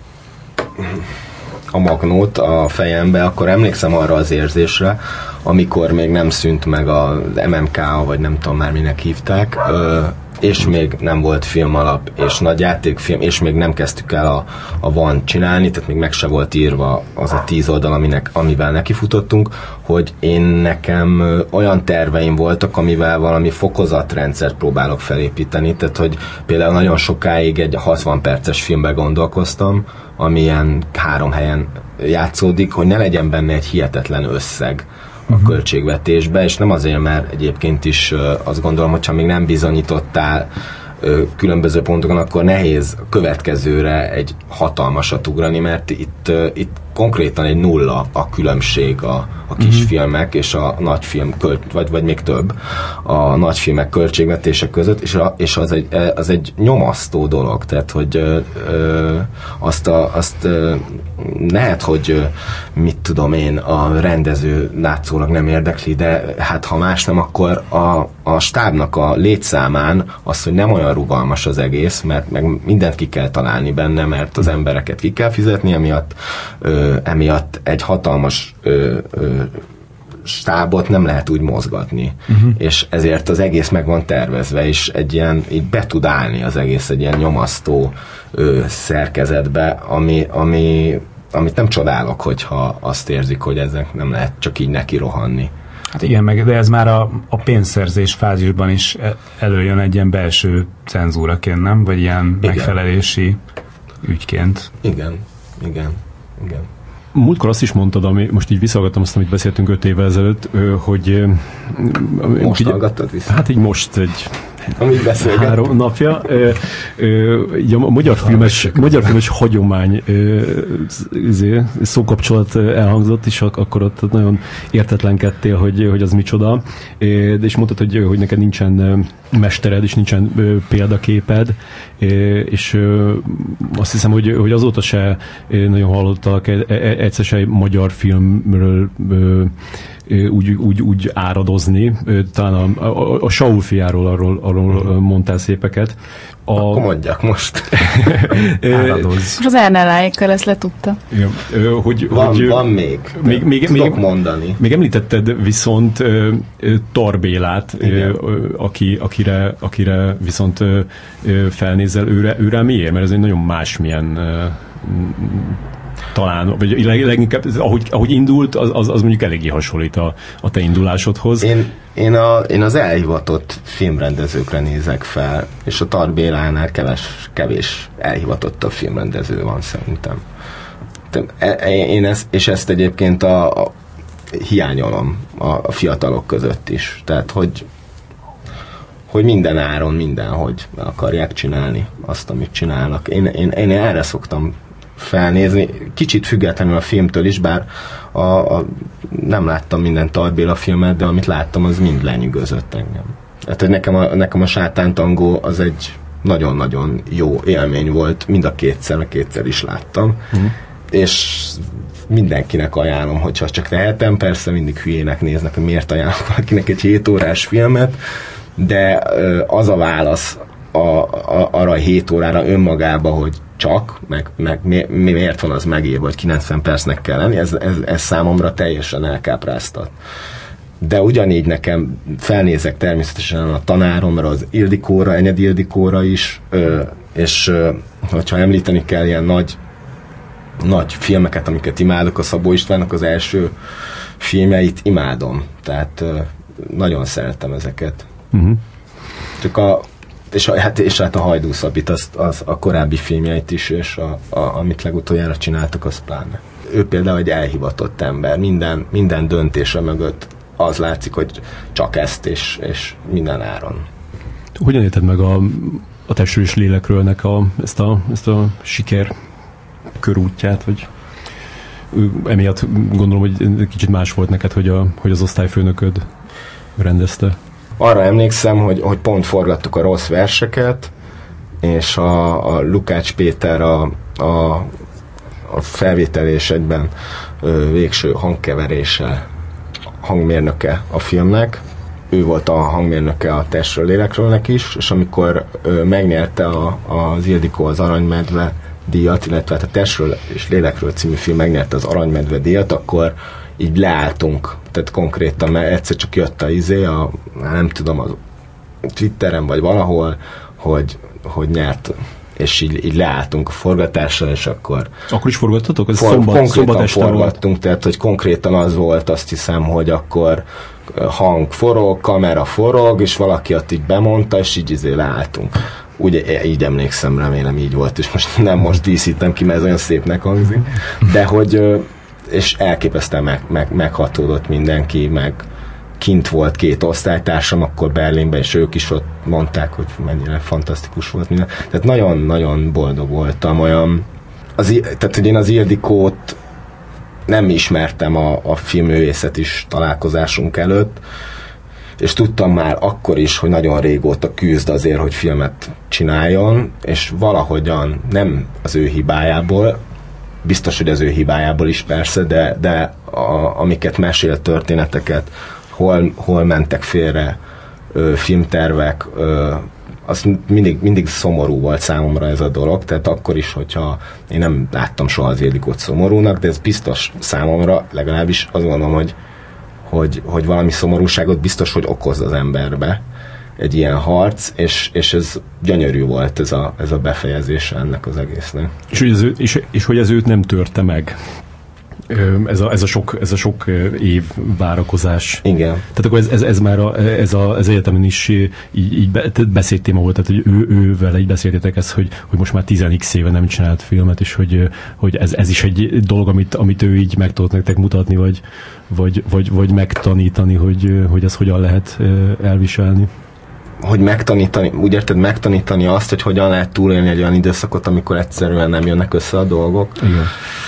a magnót a fejembe, akkor emlékszem arra az érzésre, amikor még nem szűnt meg az em em ká, vagy nem tudom már minek hívták, és még nem volt filmalap, és nagy játékfilm, és még nem kezdtük el a, a van csinálni, tehát még meg se volt írva az a tíz oldal, aminek, amivel nekifutottunk, hogy én nekem olyan terveim voltak, amivel valami fokozatrendszert próbálok felépíteni, tehát hogy például nagyon sokáig egy hatvan perces filmbe gondolkoztam, ami ilyen három helyen játszódik, hogy ne legyen benne egy hihetetlen összeg a uh-huh. költségvetésbe, és nem azért, mert egyébként is uh, azt gondolom, hogyha még nem bizonyítottál uh, különböző pontokon, akkor nehéz a következőre egy hatalmasat ugrani, mert itt, uh, itt konkrétan egy nulla a különbség a, a kisfilmek uh-huh. és a nagyfilm, költ, vagy, vagy még több a nagyfilmek költségvetése között, és, a, és az, egy, az egy nyomasztó dolog, tehát hogy ö, ö, azt, a, azt ö, lehet, hogy ö, mit tudom én, a rendező látszólag nem érdekli, de hát ha más nem, akkor a, a stábnak a létszámán az, hogy nem olyan rugalmas az egész, mert meg mindent ki kell találni benne, mert az embereket ki kell fizetni, emiatt ö, emiatt egy hatalmas ö, ö, stábot nem lehet úgy mozgatni. Uh-huh. És ezért az egész meg van tervezve, és egy ilyen, így be tud állni az egész egy ilyen nyomasztó ö, szerkezetbe, ami, ami, amit nem csodálok, hogyha azt érzik, hogy ezek nem lehet csak így neki rohanni. Hát igen, meg, de ez már a, a pénzszerzés fázisban is előjön egy ilyen belső cenzúraként, nem? Vagy ilyen igen. megfelelési ügyként. Igen, igen, igen. Múltkor azt is mondtad, ami, most így visszahallgattam azt, amit beszéltünk öt évvel ezelőtt, hogy... Most így, hallgattad vissza? Hát így most egy amit beszélgetünk. Három napja. Ö, ö, így a magyar filmes, magyar filmes hagyomány ö, izé, szókapcsolat elhangzott, és akkor ott nagyon értetlenkedtél, hogy, hogy az micsoda. É, és mondtad, hogy, hogy neked nincsen mestered, és nincsen ö, példaképed, é, és ö, azt hiszem, hogy, hogy azóta se nagyon hallottak egyszer se egy magyar filmről ö, Úgy, úgy, úgy áradozni. Talán a, a, a Saul fiáról arról, arról mondtál szépeket. A... Akkor mondjak most. Áradoz. Most az Ernelláékkal ezt letudta. Ja, hogy, van, hogy, van még. még, még Tudok még, mondani. Még említetted viszont Tarbélát, aki, akire, akire viszont felnézel őre, őre miért? Mert ez egy nagyon másmilyen talán, vagy leginkább, ahogy, ahogy indult, az, az, az mondjuk eléggé hasonlít a, a te indulásodhoz. Én, én, a, én az elhivatott filmrendezőkre nézek fel, és a Tar Bélánál kevés, kevés elhivatottabb filmrendező van szerintem. Én ezt, és ezt egyébként a, a hiányolom a, a fiatalok között is. Tehát, hogy hogy minden áron, mindenhogy akarják csinálni azt, amit csinálnak. Én, én, én erre szoktam felnézni, kicsit függetlenül a filmtől is, bár a, a, nem láttam minden Tar Béla filmet, de amit láttam, az mind lenyűgözött engem. Hát, hogy nekem a, nekem a Sátántangó az egy nagyon-nagyon jó élmény volt, mind a kétszer, a kétszer is láttam, mm. és mindenkinek ajánlom, hogyha csak tehetem, persze mindig hülyének néznek, hogy miért ajánlok valakinek egy hét órás filmet, de az a válasz, a, a, arra a hét órára önmagába, hogy csak, meg, meg mi, miért van az megírva, hogy kilencven percnek kell lenni, ez, ez, ez számomra teljesen elkápráztat. De ugyanígy nekem felnézek természetesen a tanáromra, az Ildikóra, Enyedi Ildikóra is, és hogyha említeni kell ilyen nagy, nagy filmeket, amiket imádok, a Szabó Istvánnak az első filmjeit imádom. Tehát nagyon szeretem ezeket. Uh-huh. Csak a, és, a, hát, és hát a Hajdú Szabit, az, az a korábbi filmjeit is, és a, a, amit legutoljára csináltak, az pláne. Ő például egy elhivatott ember, minden, minden döntése mögött az látszik, hogy csak ezt, és, és minden áron. Hogyan érted meg a, a testről és lélekről a, ezt, a, ezt a siker körútját, vagy emiatt gondolom, hogy kicsit más volt neked, hogy, a, hogy az osztályfőnököd rendezte? Arra emlékszem, hogy, hogy pont forgattuk a Rossz verseket, és a, a Lukács Péter a, a, a felvételés egyben ö, végső hangkeveréssel hangmérnöke a filmnek. Ő volt a hangmérnöke a Testről, Lélekről is, és amikor ö, megnyerte a, az Ildikó az Aranymedve díjat, illetve a Testről és Lélekről című film megnyerte az Aranymedve díjat, akkor így leálltunk, tehát konkrétan, mert egyszer csak jött a izé, a, nem tudom, a Twitteren vagy valahol, hogy, hogy nyert, és így, így leálltunk a forgatással, és akkor... Akkor is forgattatok? Ez for, szombat, konkrétan forgattunk, volt. Tehát, hogy konkrétan az volt, azt hiszem, hogy akkor hang forog, kamera forog, és valaki ott így bemondta, és így izé leálltunk. Úgy, így emlékszem, remélem így volt, és most nem most díszítem ki, mert ez olyan szépnek hangzik, de hogy és elképesztően meg, meg, meghatódott mindenki, meg kint volt két osztálytársam akkor Berlinben, és ők is ott mondták, hogy mennyire fantasztikus volt minden. Tehát nagyon-nagyon boldog voltam, olyan az, tehát, hogy én az Ildikót nem ismertem a, a filmművészet is találkozásunk előtt, és tudtam már akkor is, hogy nagyon régóta küzd azért, hogy filmet csináljon, és valahogyan nem az ő hibájából, biztos, hogy az ő hibájából is persze, de, de a, amiket mesél történeteket, hol, hol mentek félre ö, filmtervek, ö, az mindig, mindig szomorú volt számomra ez a dolog, tehát akkor is, hogyha én nem láttam soha az Ildikót szomorúnak, de ez biztos számomra, legalábbis azt gondolom, hogy, hogy, hogy valami szomorúságot biztos, hogy okoz az emberbe egy ilyen harc, és, és ez gyönyörű volt ez a, ez a befejezése ennek az egésznek. És hogy, az ő, és, és hogy az őt nem törte meg? Ez a, ez a, sok, ez a sok év várakozás. Igen. Tehát akkor ez, ez, ez már a, ez a, az egyetemen is így, így beszédtéma volt, tehát hogy ő, ővel így beszéltétek ezt, hogy, hogy most már tíz x éve nem csinált filmet, és hogy, hogy ez, ez is egy dolog, amit, amit ő így meg tudott nektek mutatni, vagy, vagy, vagy, vagy megtanítani, hogy, hogy ezt hogyan lehet elviselni. Hogy megtanítani, úgy érted, megtanítani azt, hogy hogyan lehet túlélni egy olyan időszakot, amikor egyszerűen nem jönnek össze a dolgok. Igen.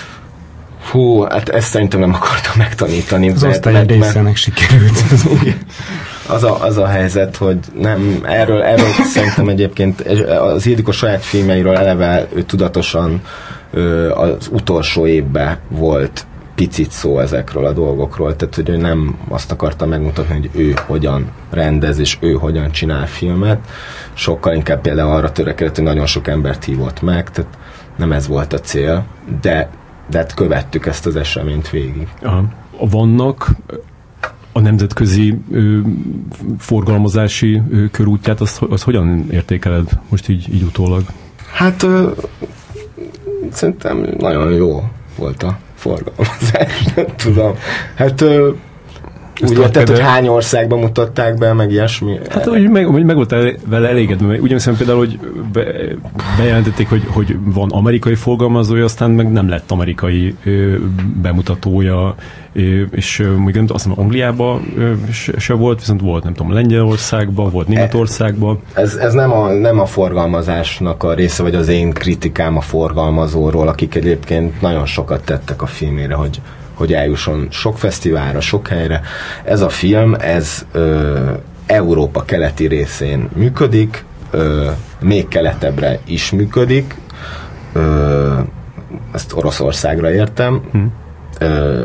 Hú, hát ezt szerintem nem akartam megtanítani. Az osztály részének sikerült. Az a, az a helyzet, hogy nem, erről, erről szerintem egyébként az Ildikó saját filmeiről eleve ő tudatosan ő, az utolsó évben volt picit szó ezekről a dolgokról, tehát hogy ő nem azt akarta megmutatni, hogy ő hogyan rendez, és ő hogyan csinál filmet, sokkal inkább például arra törekedett, hogy nagyon sok embert hívott meg, tehát nem ez volt a cél, de, de hát követtük ezt az eseményt végig. Aha. Vannak a nemzetközi ö, forgalmazási ö, körútját, azt, azt hogyan értékeled most így, így utólag? Hát ö, szerintem nagyon jó volt a forgalmazás, nem tudom. Hát ö, úgy érted, hogy hány országban mutatták be, meg ilyesmi? Hát, hogy meg, hogy meg volt vele elégedve. Úgy hiszem például, hogy be, bejelentették, hogy, hogy van amerikai forgalmazója, aztán meg nem lett amerikai ö, bemutatója, ö, és mondjuk nem azt mondom, Angliában ö, se volt, viszont volt, nem tudom, Lengyelországban, volt Németországban. Ez, ez nem, a, nem a forgalmazásnak a része, vagy az én kritikám a forgalmazóról, akik egyébként nagyon sokat tettek a filmére, hogy hogy eljusson sok fesztiválra, sok helyre. Ez a film, ez ö, Európa keleti részén működik, ö, még keletebbre is működik, ö, ezt Oroszországra értem, hm. ö,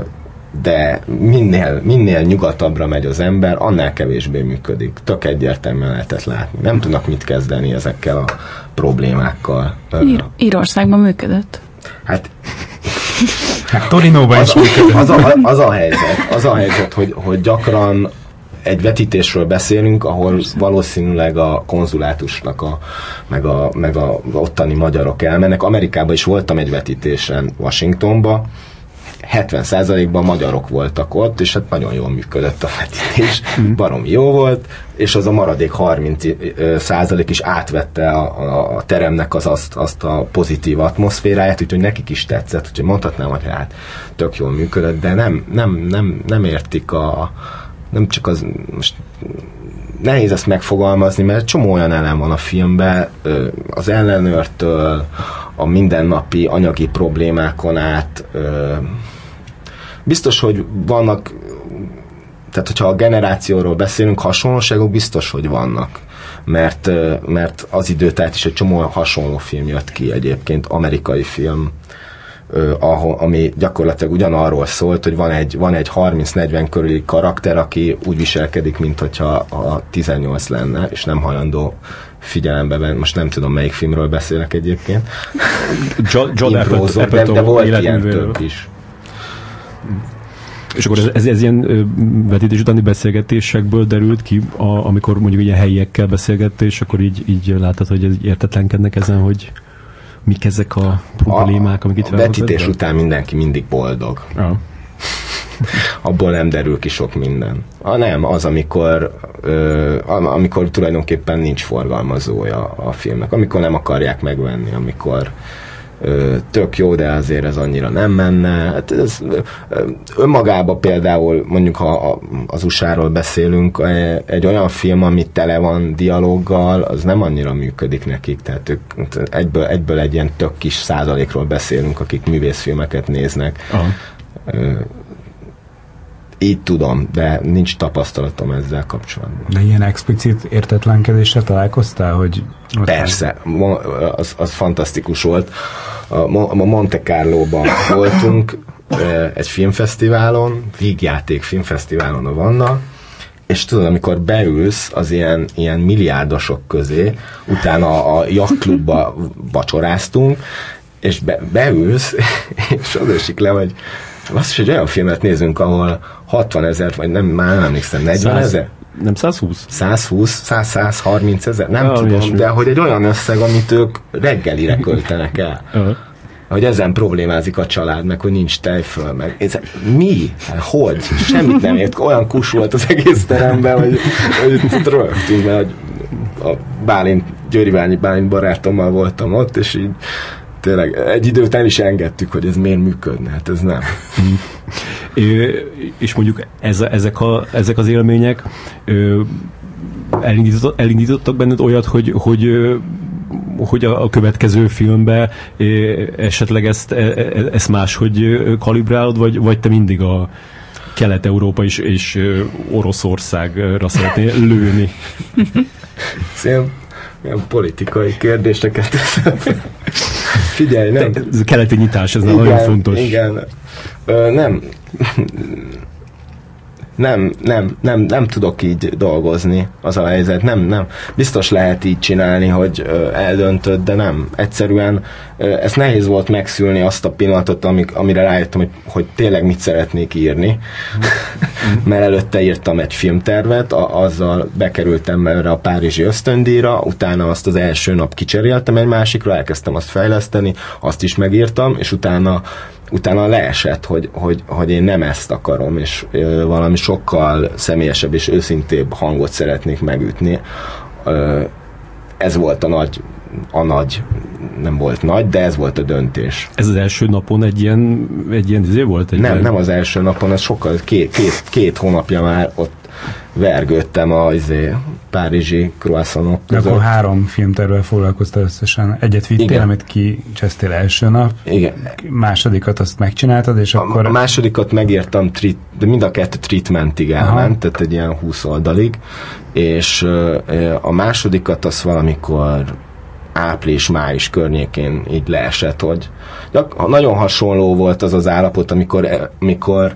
de minél, minél nyugatabbra megy az ember, annál kevésbé működik. Tök egyértelműen lehetett látni. Nem tudnak mit kezdeni ezekkel a problémákkal. Ír- Írországban működött. Hát Hát Torinóban is működött. Az a, az a helyzet, az a helyzet, hogy, hogy gyakran egy vetítésről beszélünk, ahol valószínűleg a konzulátusnak a, meg, a, meg a ottani magyarok elmennek. Amerikában is voltam egy vetítésen Washingtonba, hetven százalékban magyarok voltak ott, és hát nagyon jól működött a vetítés, baromi jó volt, és az a maradék harminc százalék is átvette a, a, a teremnek az azt, azt a pozitív atmoszféráját, úgyhogy nekik is tetszett, úgyhogy mondhatnám, hogy hát tök jól működött, de nem, nem, nem, nem értik a nem csak az, most nehéz ezt megfogalmazni, mert csomó olyan elem van a filmben, az ellenőrtől, a mindennapi anyagi problémákon át. Biztos, hogy vannak, tehát hogyha a generációról beszélünk, hasonlóságok biztos, hogy vannak. Mert, mert az időtájt is egy csomó hasonló film jött ki egyébként, amerikai film, ahol, ami gyakorlatilag ugyanarról szólt, hogy van egy, van egy harminc-negyven körüli karakter, aki úgy viselkedik, mint hogyha a tizennyolc lenne, és nem hajlandó figyelembe venni. Most nem tudom, melyik filmről beszélek egyébként. John Apatow, de, de volt ilyen több is. És akkor ez, ez, ez ilyen vetítés utáni beszélgetésekből derült ki, a, amikor mondjuk ilyen helyiekkel beszélgettél, és akkor így, így láttad, hogy értetlenkednek ezen, hogy mik ezek a problémák, amik itt a vetítés után mindenki mindig boldog. Ja. Abból nem derül ki sok minden. A nem, az, amikor ö, amikor tulajdonképpen nincs forgalmazója a filmnek, amikor nem akarják megvenni, amikor ö, tök jó, de azért ez annyira nem menne. Hát ez, ö, önmagában például, mondjuk ha az u es á-ról beszélünk, egy olyan film, ami tele van dialóggal, az nem annyira működik nekik, tehát ők egyből, egyből egy ilyen tök kis százalékról beszélünk, akik művészfilmeket néznek. Aha. Ö, így tudom, de nincs tapasztalatom ezzel kapcsolatban. De ilyen explicit értetlenkedéssel találkoztál, hogy... Persze, az, az fantasztikus volt. A Monte Carlo-ban voltunk egy filmfesztiválon, vígjáték filmfesztiválon a Vanna, és tudod, amikor beülsz az ilyen, ilyen milliárdosok közé, utána a jachtklubba vacsoráztunk, és be, beülsz, és oda esik le, hogy azt is egy olyan filmet nézünk, ahol hatvanezer, vagy nem, már nem emlékszem, negyvenezer? Nem százhúsz? százhúsz, száz harminc ezer, nem ja, tudom, ilyesmi. De hogy egy olyan összeg, amit ők reggelire költenek el. Uh-huh. Hogy ezen problémázik a család, meg hogy nincs tejföl, meg ez, mi? Hogy? Semmit nem ért. Olyan kus volt az egész teremben, hogy, hogy rögtünk, mert a Bálint, Győri Bálint barátommal voltam ott, és így tényleg egy idő után is engedtük, hogy ez miért működne, hát ez nem. É, és mondjuk ez, ezek, a, ezek az élmények ö, elindított, elindítottak benned olyat, hogy, hogy, ö, hogy a, a következő filmben ö, esetleg ezt, e, ezt máshogy kalibrálod, vagy, vagy te mindig a Kelet-Európa és, és Oroszországra szeretnél lőni? Szépen ilyen politikai kérdéseket figyelj, nem? Ez a keleti nyitás, ez igen, nagyon fontos. Igen, Ö, nem nem, nem, nem, nem tudok így dolgozni, az a helyzet, nem, nem. Biztos lehet így csinálni, hogy ö, eldöntöd, de nem. Egyszerűen ö, ez nehéz volt megszülni azt a pillanatot, amik, amire rájöttem, hogy, hogy tényleg mit szeretnék írni. Mert előtte írtam egy filmtervet, a, azzal bekerültem erre a párizsi ösztöndíjra, utána azt az első nap kicseréltem egy másikra, elkezdtem azt fejleszteni, azt is megírtam, és utána utána leesett, hogy, hogy, hogy én nem ezt akarom, és ö, valami sokkal személyesebb és őszintébb hangot szeretnék megütni. Ö, ez volt a nagy, a nagy, nem volt nagy, de ez volt a döntés. Ez az első napon egy ilyen, egy ilyen izé volt? Egy nem, ilyen... nem az első napon, ez sokkal, két, két, két hónapja már ott vergődtem a izé, párizsi croissantok között. Akkor három filmtervel foglalkoztál összesen. Egyet vittél, igen, amit kicsesztél első nap. Igen. Másodikat azt megcsináltad, és a, akkor... A másodikat megírtam, treat, de mind a kettő treatmentig elment, aha, tehát egy ilyen húsz oldalig, és a másodikat az valamikor április-május környékén így leesett, hogy nagyon hasonló volt az az állapot, amikor, amikor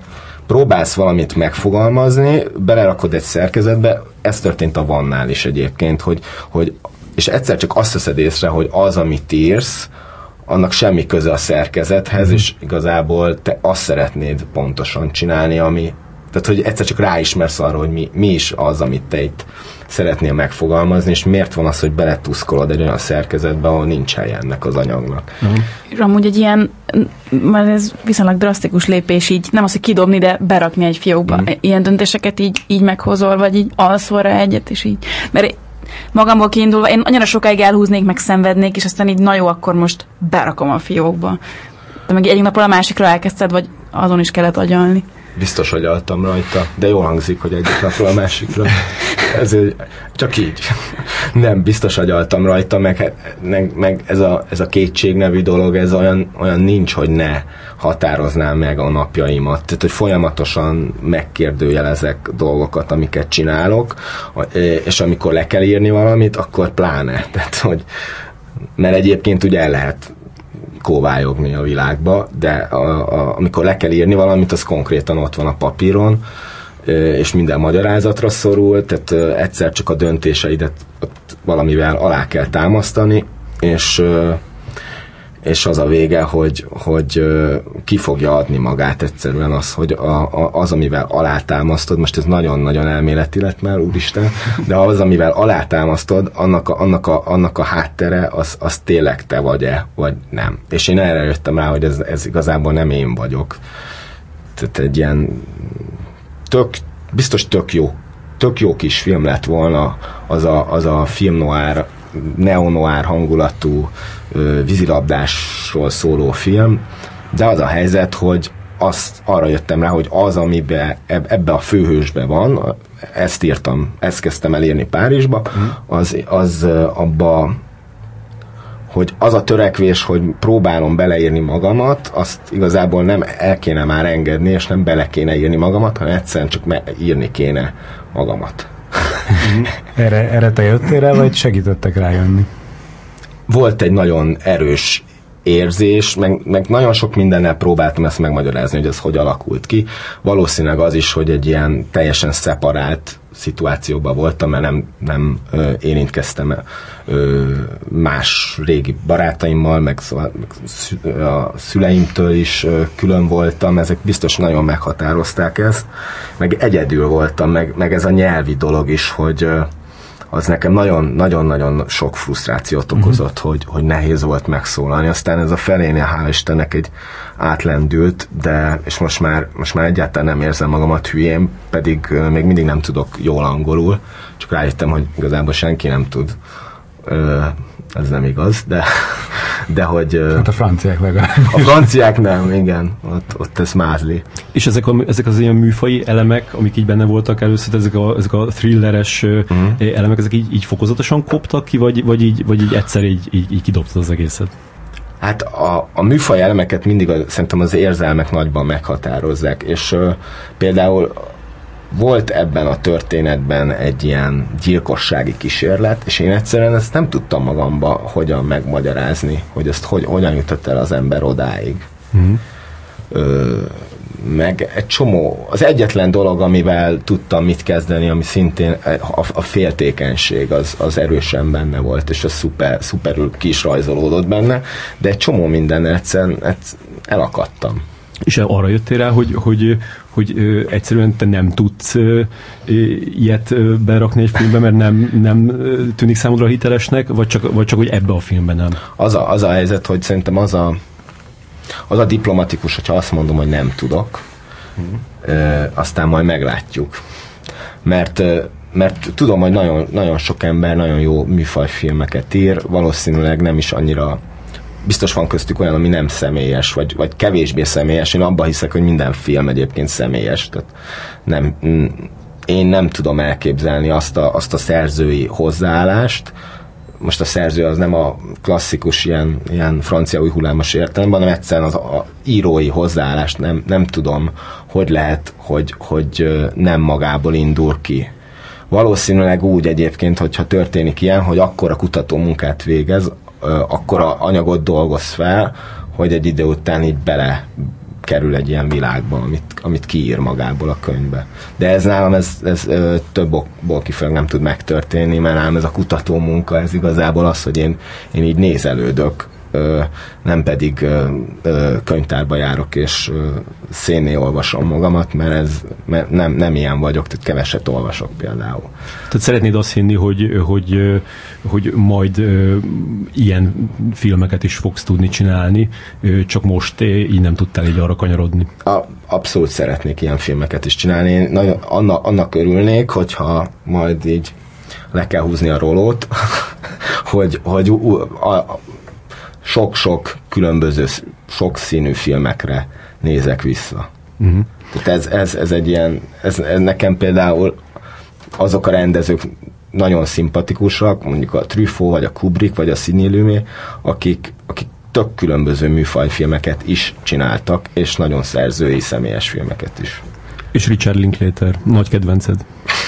próbálsz valamit megfogalmazni, belerakod egy szerkezetbe, ez történt a Vannál is egyébként, hogy, hogy és egyszer csak azt veszed észre, hogy az, amit írsz, annak semmi köze a szerkezethez, mm. és igazából te azt szeretnéd pontosan csinálni, ami, tehát hogy egyszer csak ráismersz arra, hogy mi, mi is az, amit te itt szeretnél megfogalmazni, és miért van az, hogy beletuszkolod egy olyan szerkezetbe, ahol nincs helye ennek az anyagnak. Mm. Amúgy egy ilyen, mert ez viszonylag drasztikus lépés így, nem az, hogy kidobni, de berakni egy fiókba. Mm. Ilyen döntéseket így, így meghozol, vagy így alszol rá egyet, és így, mert magamból kiindulva, én annyira sokáig elhúznék, meg szenvednék, és aztán így, na jó, akkor most berakom a fiókba. De meg egyik napról a másikra elkezdted, vagy azon is kellett agyalni. Biztos agyaltam rajta, de jól hangzik, hogy egyik napról a másikra. Ez csak így. Nem, biztos agyaltam rajta, meg, meg, meg ez, a, ez a kétség nevű dolog, ez olyan, olyan nincs, hogy ne határoznám meg a napjaimat. Tehát, hogy folyamatosan megkérdőjelezek dolgokat, amiket csinálok, és amikor le kell írni valamit, akkor pláne. Tehát, hogy, mert egyébként ugye el lehet kóvályogni a világba, de a, a, amikor le kell írni valamit, az konkrétan ott van a papíron, és minden magyarázatra szorul, tehát egyszer csak a döntéseidet valamivel alá kell támasztani, és, és az a vége, hogy, hogy ki fogja adni magát egyszerűen az, hogy a, a, az, amivel alátámasztod, most ez nagyon-nagyon elméleti lett már, úristen, de az, amivel alátámasztod, annak a, annak a, annak a háttere, az, az tényleg te vagy-e, vagy nem. És én erre jöttem rá, hogy ez, ez igazából nem én vagyok. Tehát egy ilyen tök, biztos tök jó, tök jó kis film lett volna az a, az a film noir, neo-noir hangulatú vízilabdásról szóló film, de az a helyzet, hogy azt, arra jöttem rá, hogy az, amiben ebbe a főhősbe van, ezt írtam, ezt kezdtem el írni Párizsba, az, az abba, hogy az a törekvés, hogy próbálom beleírni magamat, azt igazából nem el kéne már engedni, és nem bele kéne írni magamat, hanem egyszerűen csak me- írni kéne magamat. Erre, erre te jöttél rá, vagy segítettek rájönni? Volt egy nagyon erős érzés, meg, meg nagyon sok mindennel próbáltam ezt megmagyarázni, hogy ez hogy alakult ki. Valószínűleg az is, hogy egy ilyen teljesen szeparált szituációban voltam, mert nem, nem ö, érintkeztem ö, más régi barátaimmal, meg, szóval, meg a szüleimtől is ö, külön voltam, ezek biztos nagyon meghatározták ezt, meg egyedül voltam, meg, meg ez a nyelvi dolog is, hogy ö, az nekem nagyon-nagyon sok frusztrációt okozott, uh-huh. hogy, hogy nehéz volt megszólalni. Aztán ez a felénél, hál' Istennek, egy átlendült, de és most már, most már egyáltalán nem érzem magamat hülyén, pedig uh, még mindig nem tudok jól angolul, csak rájöttem, hogy igazából senki nem tud. Uh, ez nem igaz, de, de hogy... Uh, hát a franciák legalább. A franciák nem, igen, ott, ott ez mázli. És ezek, a, ezek az ilyen műfai elemek, amik így benne voltak először, ezek a, ezek a thrilleres uh-huh. elemek, ezek így, így fokozatosan koptak ki, vagy, vagy, így, vagy így egyszer így, így, így kidobtad az egészet? Hát a, a műfaj elemeket mindig a, szerintem az érzelmek nagyban meghatározzák, és uh, például volt ebben a történetben egy ilyen gyilkossági kísérlet, és én egyszerűen ezt nem tudtam magamba hogyan megmagyarázni, hogy ezt hogy, hogyan jutott el az ember odáig. Mm. Ö, meg egy csomó, az egyetlen dolog, amivel tudtam mit kezdeni, ami szintén a, a féltékenység, az, az erősen benne volt, és az szuper, szuperül ki is rajzolódott benne, de egy csomó minden egyszerűen elakadtam. És arra jöttél rá, hogy, hogy, hogy ö, egyszerűen te nem tudsz ö, ilyet ö, berakni egy filmbe, mert nem, nem tűnik számodra hitelesnek, vagy csak, vagy csak hogy ebbe a filmben nem? Az a, az a helyzet, hogy szerintem az a, az a diplomatikus, hogyha azt mondom, hogy nem tudok, hmm. ö, aztán majd meglátjuk. Mert, ö, mert tudom, hogy nagyon, nagyon sok ember nagyon jó műfajfilmeket ír, valószínűleg nem is annyira. Biztos van köztük olyan, ami nem személyes, vagy, vagy kevésbé személyes. Én abban hiszek, hogy minden film egyébként személyes. Tehát nem, én nem tudom elképzelni azt a, azt a szerzői hozzáállást. Most a szerző az nem a klasszikus ilyen, ilyen francia új hullámos értelemben, hanem egyszerűen az a írói hozzáállást nem, nem tudom, hogy lehet, hogy, hogy nem magából indul ki. Valószínűleg úgy egyébként, hogyha történik ilyen, hogy akkora kutató munkát végez, akkora anyagot dolgoz fel, hogy egy idő után így bele, kerül egy ilyen világba, amit, amit kiír magából a könyvbe. De ez nálam ez, ez ö, több okból kifejezően nem tud megtörténni, mert nálam ez a kutató munka, ez igazából az, hogy én, én így nézelődök, ö, nem pedig ö, ö, könyvtárba járok, és ö, szénné olvasom magamat, mert, ez, mert nem, nem ilyen vagyok, tehát keveset olvasok például. Tehát szeretnéd azt hinni, hogy, hogy, hogy majd ö, ilyen filmeket is fogsz tudni csinálni, ö, csak most így nem tudtál így arra kanyarodni. A, abszolút szeretnék ilyen filmeket is csinálni. Én nagyon, annak, annak örülnék, hogyha majd így le kell húzni a rolót, hogy, hogy a, a, sok-sok különböző, sok színű filmekre nézek vissza. Uh-huh. Tehát ez, ez, ez egy ilyen, ez, ez nekem például azok a rendezők nagyon szimpatikusak, mondjuk a Truffaut, vagy a Kubrick, vagy a Sidney Lumet, akik, akik tök különböző műfajfilmeket is csináltak, és nagyon szerzői, személyes filmeket is. És Richard Linklater, nagy kedvenced.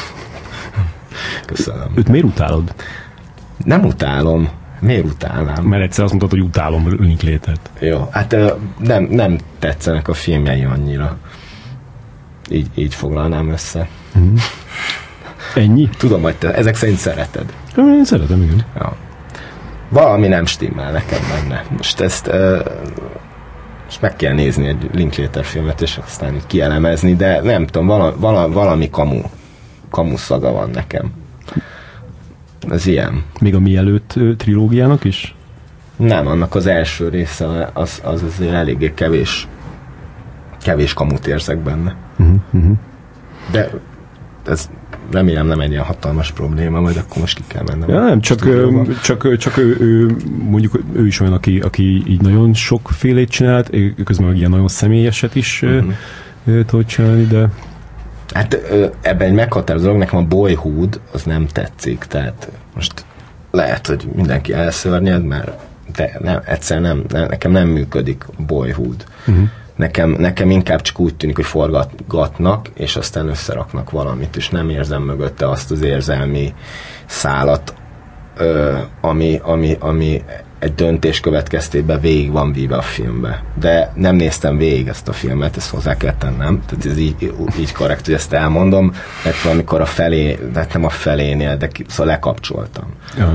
Köszönöm. Őt miért utálod? Nem utálom. Miért utálnám? Mert egyszer azt mondtad, hogy utálom Linklatert. Jó, hát nem, nem tetszenek a filmjei annyira. Így, így foglalnám össze. Mm. Ennyi? Tudom, hogy te ezek szerint szereted. Én szeretem, igen. Ja. Valami nem stimmel nekem benne. Most ezt uh, most meg kell nézni egy Linklater filmet, és aztán így kielemezni, de nem tudom, vala, vala, valami kamu, kamu szaga van nekem. Ez ilyen. Még a mielőtt trilógiának is? Nem, annak az első része az, az azért eléggé kevés kevés kamut érzek benne. Uh-huh, uh-huh. De ez remélem nem egy ilyen hatalmas probléma, vagy akkor most ki kell mennem. Ja, nem, csak, csak, csak ő, ő, mondjuk ő is olyan, aki, aki így nagyon sokfélét csinált, közben meg ilyen nagyon személyeset is uh-huh. tud csinálni, de... Hát ebben egy meghatározó, nekem a Boyhood az nem tetszik, tehát most lehet, hogy mindenki elszörnyed, mert de nem, egyszer nem, nem, nekem nem működik a Boyhood. Uh-huh. Nekem, nekem inkább csak úgy tűnik, hogy forgatnak, és aztán összeraknak valamit, és nem érzem mögötte azt az érzelmi szálat, ö, ami, ami, ami egy döntés következtében végig van víve a filmbe. De nem néztem végig ezt a filmet, ezt hozzá kell tennem, tehát ez így, így korrekt, hogy ezt elmondom, mert valamikor a felé, de nem a felénél, de szóval lekapcsoltam. Ja.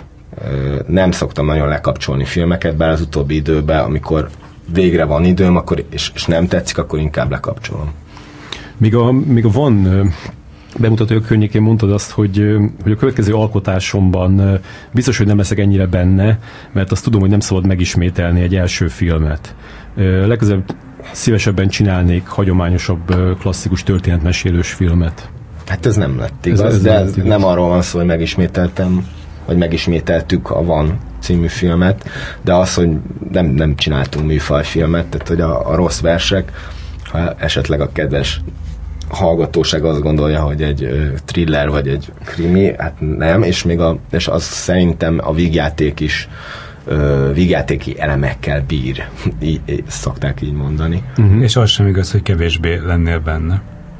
Ö, nem szoktam nagyon lekapcsolni filmeket, bár az utóbbi időben, amikor végre van időm, akkor, és, és nem tetszik, akkor inkább lekapcsolom. Míg a, míg a van bemutatója környékén mondtad azt, hogy, hogy a következő alkotásomban biztos, hogy nem leszek ennyire benne, mert azt tudom, hogy nem szabad megismételni egy első filmet. Legközelebb szívesebben csinálnék hagyományosabb, klasszikus történetmesélős filmet. Hát ez nem lett igaz, ez, ez de nem, lett igaz. Nem arról van szó, hogy megismételtem, vagy megismételtük a Van című filmet, de az, hogy nem, nem csináltunk műfajfilmet, tehát hogy a, a rossz versek, ha esetleg a kedves hallgatóság azt gondolja, hogy egy ö, thriller vagy egy krimi, hát nem, és még a, és az szerintem a vígjáték is ö, vígjátéki elemekkel bír, így, így szokták így mondani. Uh-huh. És az sem igaz, hogy kevésbé lennél benne.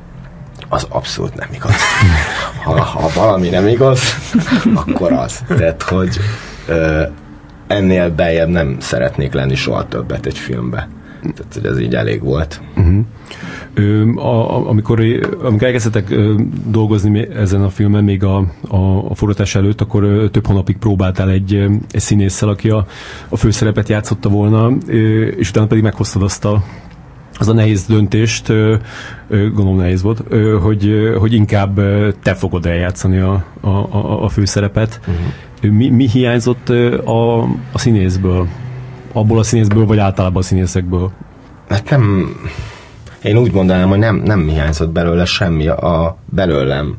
Az abszolút nem igaz. Ha, ha valami nem igaz, akkor az. Tehát, hogy ö, ennél beljebb nem szeretnék lenni soha többet egy filmbe. Tehát, hogy ez így elég volt. Uh-huh. Ö, a, a, amikor, amikor elkezdtetek ö, dolgozni ezen a filmen, még a, a, a forgatás előtt, akkor ö, több hónapig próbáltál egy, egy színésszel, aki a, a főszerepet játszotta volna, ö, és utána pedig meghoztad azt a az a nehéz döntést, ö, ö, gondolom nehéz volt, ö, hogy, ö, hogy inkább ö, te fogod eljátszani a, a, a, a főszerepet. Uh-huh. Mi, mi hiányzott ö, a, a színészből? Abból a színészből, vagy általában a színészekből? Hát nem... Én úgy mondanám, hogy nem, nem hiányzott belőle semmi, a belőlem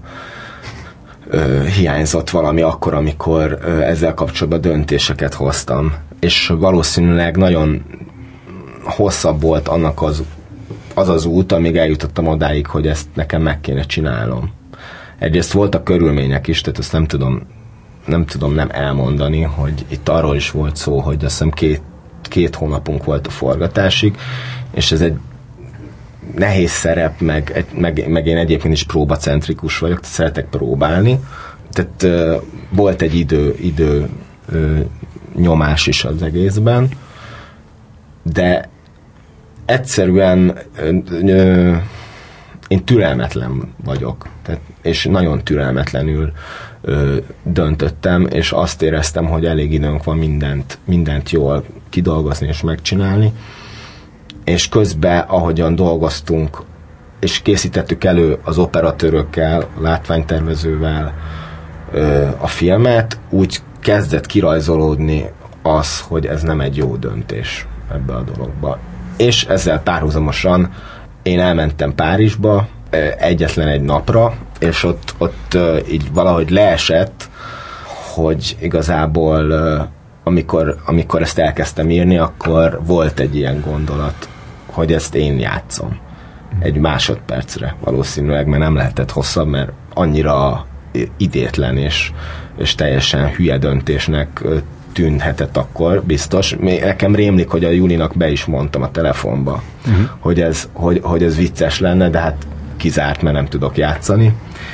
ö, hiányzott valami akkor, amikor ö, ezzel kapcsolatban döntéseket hoztam. És valószínűleg nagyon hosszabb volt annak az, az az út, amíg eljutottam odáig, hogy ezt nekem meg kéne csinálnom. Egyrészt voltak körülmények is, tehát ezt nem tudom, nem tudom nem elmondani, hogy itt arról is volt szó, hogy azt hiszem két, két hónapunk volt a forgatásig, és ez egy nehéz szerep, meg, meg, meg én egyébként is próbacentrikus vagyok, tehát szeretek próbálni. Tehát uh, volt egy idő, idő uh, nyomás is az egészben, de egyszerűen ö, ö, én türelmetlen vagyok, tehát, és nagyon türelmetlenül ö, döntöttem, és azt éreztem, hogy elég időnk van mindent, mindent jól kidolgozni és megcsinálni, és közben, ahogyan dolgoztunk, és készítettük elő az operatőrökkel, a látványtervezővel ö, a filmet, úgy kezdett kirajzolódni az, hogy ez nem egy jó döntés ebbe a dologba. És ezzel párhuzamosan én elmentem Párizsba egyetlen egy napra, és ott, ott így valahogy leesett, hogy igazából amikor, amikor ezt elkezdtem írni, akkor volt egy ilyen gondolat, hogy ezt én játszom. Egy másodpercre valószínűleg, mert nem lehetett hosszabb, mert annyira idétlen és, és teljesen hülye döntésnek tűnhetett akkor, biztos. Még nekem rémlik, hogy a Julinak be is mondtam a telefonba, uh-huh. hogy, ez, hogy, hogy ez vicces lenne, de hát kizárt, mert nem tudok játszani.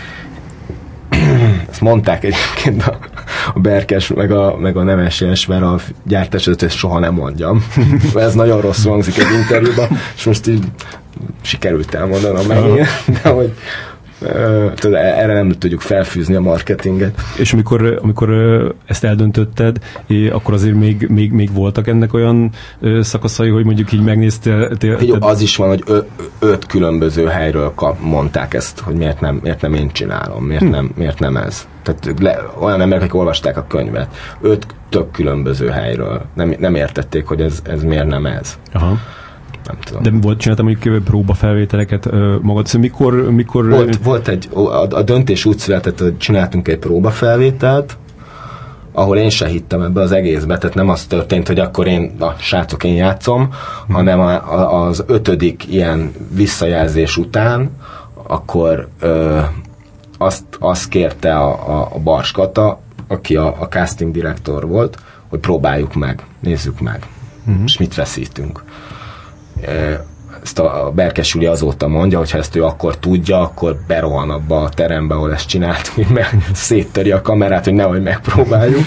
Ezt mondták egyébként a, a Berkes, meg a, meg a Nemes Jesper a gyártás, hogy ezt soha nem mondjam. Ez nagyon rossz hangzik egy interjúban, és most így sikerült elmondanom megint, de hogy Uh, erre nem tudjuk felfűzni a marketinget. És amikor, amikor ezt eldöntötted, akkor azért még, még, még voltak ennek olyan szakaszai, hogy mondjuk így megnéztél? Jó, az is van, hogy ö, öt különböző helyről kap, mondták ezt, hogy miért nem, miért nem én csinálom, miért, hm. nem, miért nem ez. Tehát le, olyan emberek, akik olvasták a könyvet, öt tök különböző helyről nem, nem értették, hogy ez, ez miért nem ez. Aha. Nem tudom. De volt, csináltam mondjuk próbafelvételeket magad, szóval mikor... mikor volt, volt egy, a, a döntés úgy született, hogy csináltunk egy próbafelvételt, ahol én se hittem ebbe az egészbe, tehát nem az történt, hogy akkor én, na, srácok, én játszom, hmm. hanem a, a, az ötödik ilyen visszajelzés után, akkor ö, azt, azt kérte a, a, a Bars Kata, aki a, a casting direktor volt, hogy próbáljuk meg, nézzük meg, hmm. és mit veszítünk. Ezt a Berkes Júli azóta mondja, hogy ha ezt ő akkor tudja, akkor berohan abba a terembe, ahol ezt csináltunk, mert széttöri a kamerát, hogy nehogy megpróbáljuk.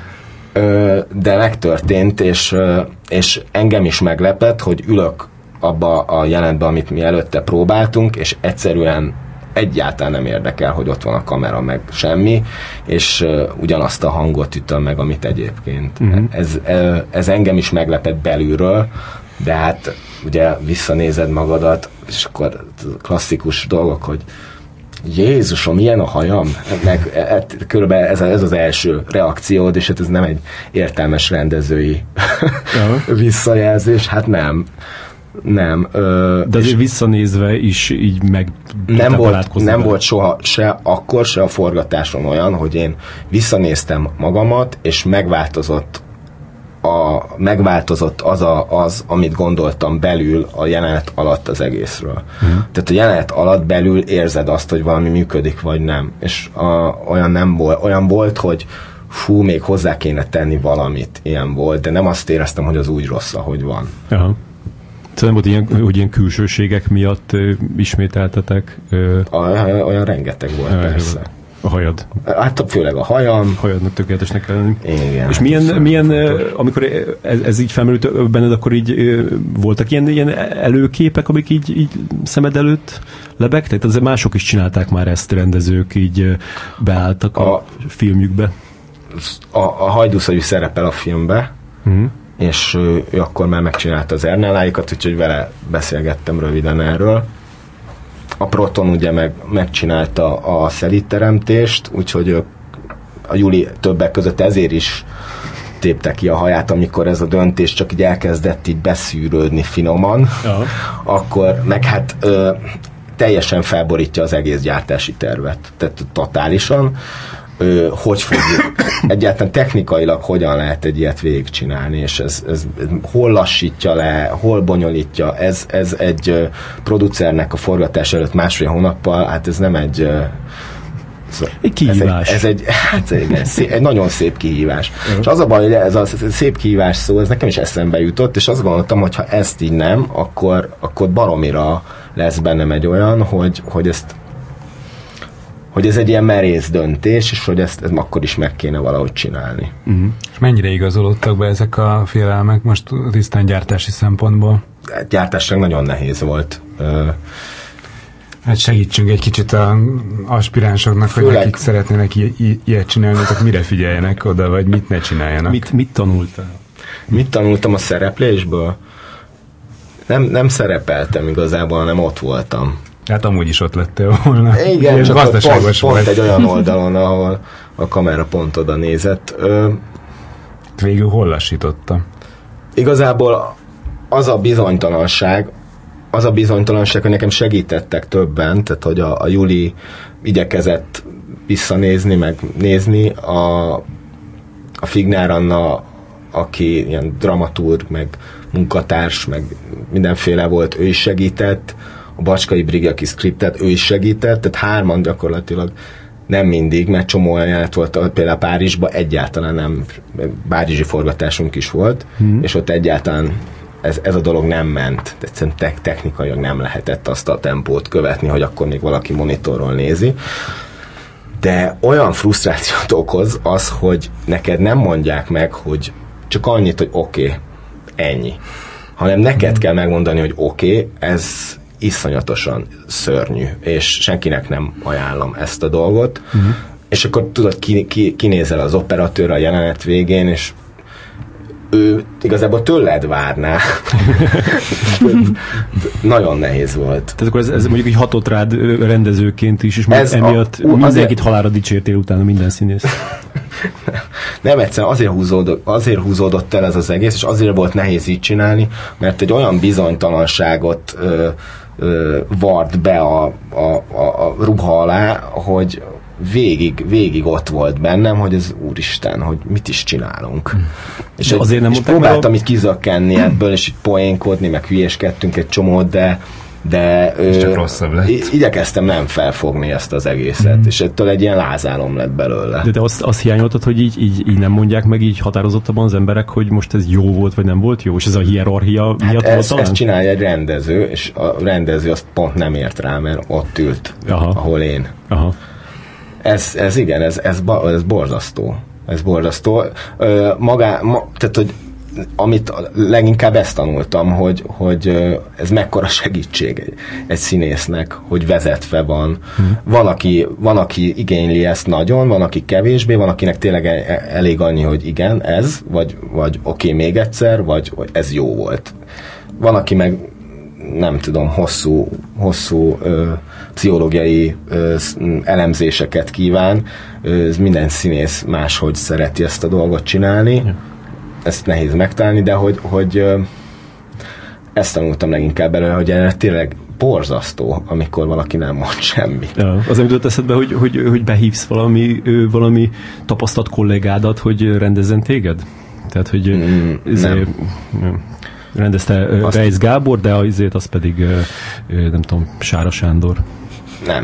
De megtörtént, és, és engem is meglepett, hogy ülök abba a jelentbe, amit mi előtte próbáltunk, és egyszerűen egyáltalán nem érdekel, hogy ott van a kamera, meg semmi, és ugyanazt a hangot ütöm meg, amit egyébként. Uh-huh. Ez, ez engem is meglepett belülről, de hát ugye visszanézed magadat, és akkor klasszikus dolgok, hogy Jézusom, ilyen a hajam? Meg, hát, körülbelül ez, ez az első reakciód, és hát ez nem egy értelmes rendezői visszajelzés, hát nem. Nem. Ö, de azért visszanézve is így meg nem volt, nem volt soha se akkor, se a forgatáson olyan, hogy én visszanéztem magamat, és megváltozott A, megváltozott az, a, az, amit gondoltam belül a jelenet alatt az egészről. Hmm. Tehát a jelenet alatt belül érzed azt, hogy valami működik, vagy nem. És a, olyan, nem volt, olyan volt, hogy fú, még hozzá kéne tenni valamit. Ilyen volt, de nem azt éreztem, hogy az úgy rossz, ahogy van. Aha. Szóval nem volt ilyen, hogy ilyen külsőségek miatt ö, ismételtetek? Ö... A, olyan rengeteg volt, a, persze. A hajad. Hát főleg a hajam. Hajadnak tökéletesnek kell lenni. Igen. És milyen, milyen amikor ez, ez így felmerült benned, akkor így voltak ilyen, ilyen előképek, amik így, így szemed előtt lebegtek? Tehát mások is csinálták már ezt, rendezők így beálltak a, a filmjükbe. A, a Hajdúszagy szerepel a filmbe, uh-huh. és ő, ő akkor már megcsinálta az Ernáláikat, úgyhogy vele beszélgettem röviden erről. A Proton ugye meg, megcsinálta a szelídteremtést, úgyhogy ők, a Júli többek között ezért is tépte ki a haját, amikor ez a döntés csak így elkezdett így beszűrődni finoman, ja. Akkor meg hát ö, teljesen felborítja az egész gyártási tervet, tehát totálisan. Ö, hogy fogjuk, egyáltalán technikailag hogyan lehet egy ilyet végigcsinálni, és ez, ez hol lassítja le, hol bonyolítja, ez, ez egy uh, producernek a forgatás előtt másfél hónappal, hát ez nem egy uh, egy kihívás. Ez egy, ez egy, hát egy, szép, egy nagyon szép kihívás. Uh-huh. És az a baj, hogy ez a szép kihívás szó, ez nekem is eszembe jutott, és azt gondoltam, hogy ha ezt így nem, akkor, akkor baromira lesz bennem egy olyan, hogy, hogy ezt hogy ez egy ilyen merész döntés, és hogy ezt, ezt akkor is meg kéne valahogy csinálni. Uh-huh. És mennyire igazolódtak be ezek a félelmek most tisztán gyártási szempontból? gyártásra nagyon nehéz volt. Hát segítsünk egy kicsit a aspiránsoknak, Főleg... hogy akik szeretnének i- i- ilyet csinálni, tehát mire figyeljenek oda, vagy mit ne csináljanak. Mit, mit tanultál? Mit tanultam a szereplésből? Nem, nem szerepeltem igazából, hanem ott voltam. Hát amúgy is ott lettél volna. Igen, csak pont, pont egy olyan oldalon, ahol a kamera pont oda nézett. Ö, Végül hol lassította? Igazából az a bizonytalanság, az a bizonytalanság, hogy nekem segítettek többen, tehát hogy a, a Juli igyekezett visszanézni, meg nézni, a, a Fignár Anna, aki ilyen dramaturg, meg munkatárs, meg mindenféle volt, ő is segített, a Bacskai Brigi, aki skriptet, ő is segített, tehát hárman gyakorlatilag, nem mindig, mert csomó olyan jelenet volt, például Párizsban egyáltalán nem, párizsi forgatásunk is volt, hmm. és ott egyáltalán ez, ez a dolog nem ment. Egyszerűen te- technikailag nem lehetett azt a tempót követni, hogy akkor még valaki monitorról nézi. De olyan frusztrációt okoz az, hogy neked nem mondják meg, hogy csak annyit, hogy oké, okay, ennyi. Hanem neked hmm. kell megmondani, hogy oké, okay, ez iszonyatosan szörnyű, és senkinek nem ajánlom ezt a dolgot. Hmm. És akkor tudod, ki, ki, kinézel az operatőr a jelenet végén, és ő igazából tőled várná. Nagyon nehéz volt. Tehát akkor ez, ez mondjuk így hatott rád rendezőként is, és ez emiatt a, mindenkit azért... halálra dicsértél utána minden színész. Nem, egyszerűen azért húzódott, azért húzódott el ez az egész, és azért volt nehéz így csinálni, mert egy olyan bizonytalanságot ö, ö, vart be a, a, a, a ruha alá, hogy végig, végig ott volt bennem, hogy ez úristen, hogy mit is csinálunk. Hmm. És, egy, azért nem és próbáltam a... így kizökkenni ebből, és így poénkodni, meg hülyéskedtünk egy csomót, de de csak rosszabb lett. Igyekeztem nem felfogni ezt az egészet, hmm. és ettől egy ilyen lázálom lett belőle. De te azt, azt hiányoltad, hogy így, így, így nem mondják meg így határozottabban az emberek, hogy most ez jó volt, vagy nem volt jó? És ez a hierarchia hát miatt ez, volt talán? Ezt csinálja egy rendező, és a rendező azt pont nem ért rá, mert ott ült, Aha. ahol én. Aha. Ez, ez igen, ez, ez, ez borzasztó. Ez borzasztó. Ö, magá, ma, tehát, hogy amit leginkább ezt tanultam, hogy, hogy ez mekkora segítség egy, egy színésznek, hogy vezetve van. Hmm. Van, aki, van, aki igényli ezt nagyon, van, aki kevésbé, van, akinek tényleg elég annyi, hogy igen, ez, vagy, vagy oké, okay, még egyszer, vagy, vagy ez jó volt. Van, aki meg nem tudom, hosszú, hosszú ö, pszichológiai ö, elemzéseket kíván. Ö, minden színész máshogy szereti ezt a dolgot csinálni. Ja. Ezt nehéz megtalálni, de hogy, hogy ö, ezt tanultam leginkább belőle, hogy erre tényleg borzasztó, amikor valaki nem mond semmit. Ja, az nem jutott eszedbe, hogy, hogy, hogy behívsz valami, ő, valami tapasztalt kollégádat, hogy rendezzen téged? Tehát, hogy mm, ezért, nem. rendezte uh, Reisz Gábor, de azért az pedig uh, uh, nem tudom, Sára Sándor. Nem.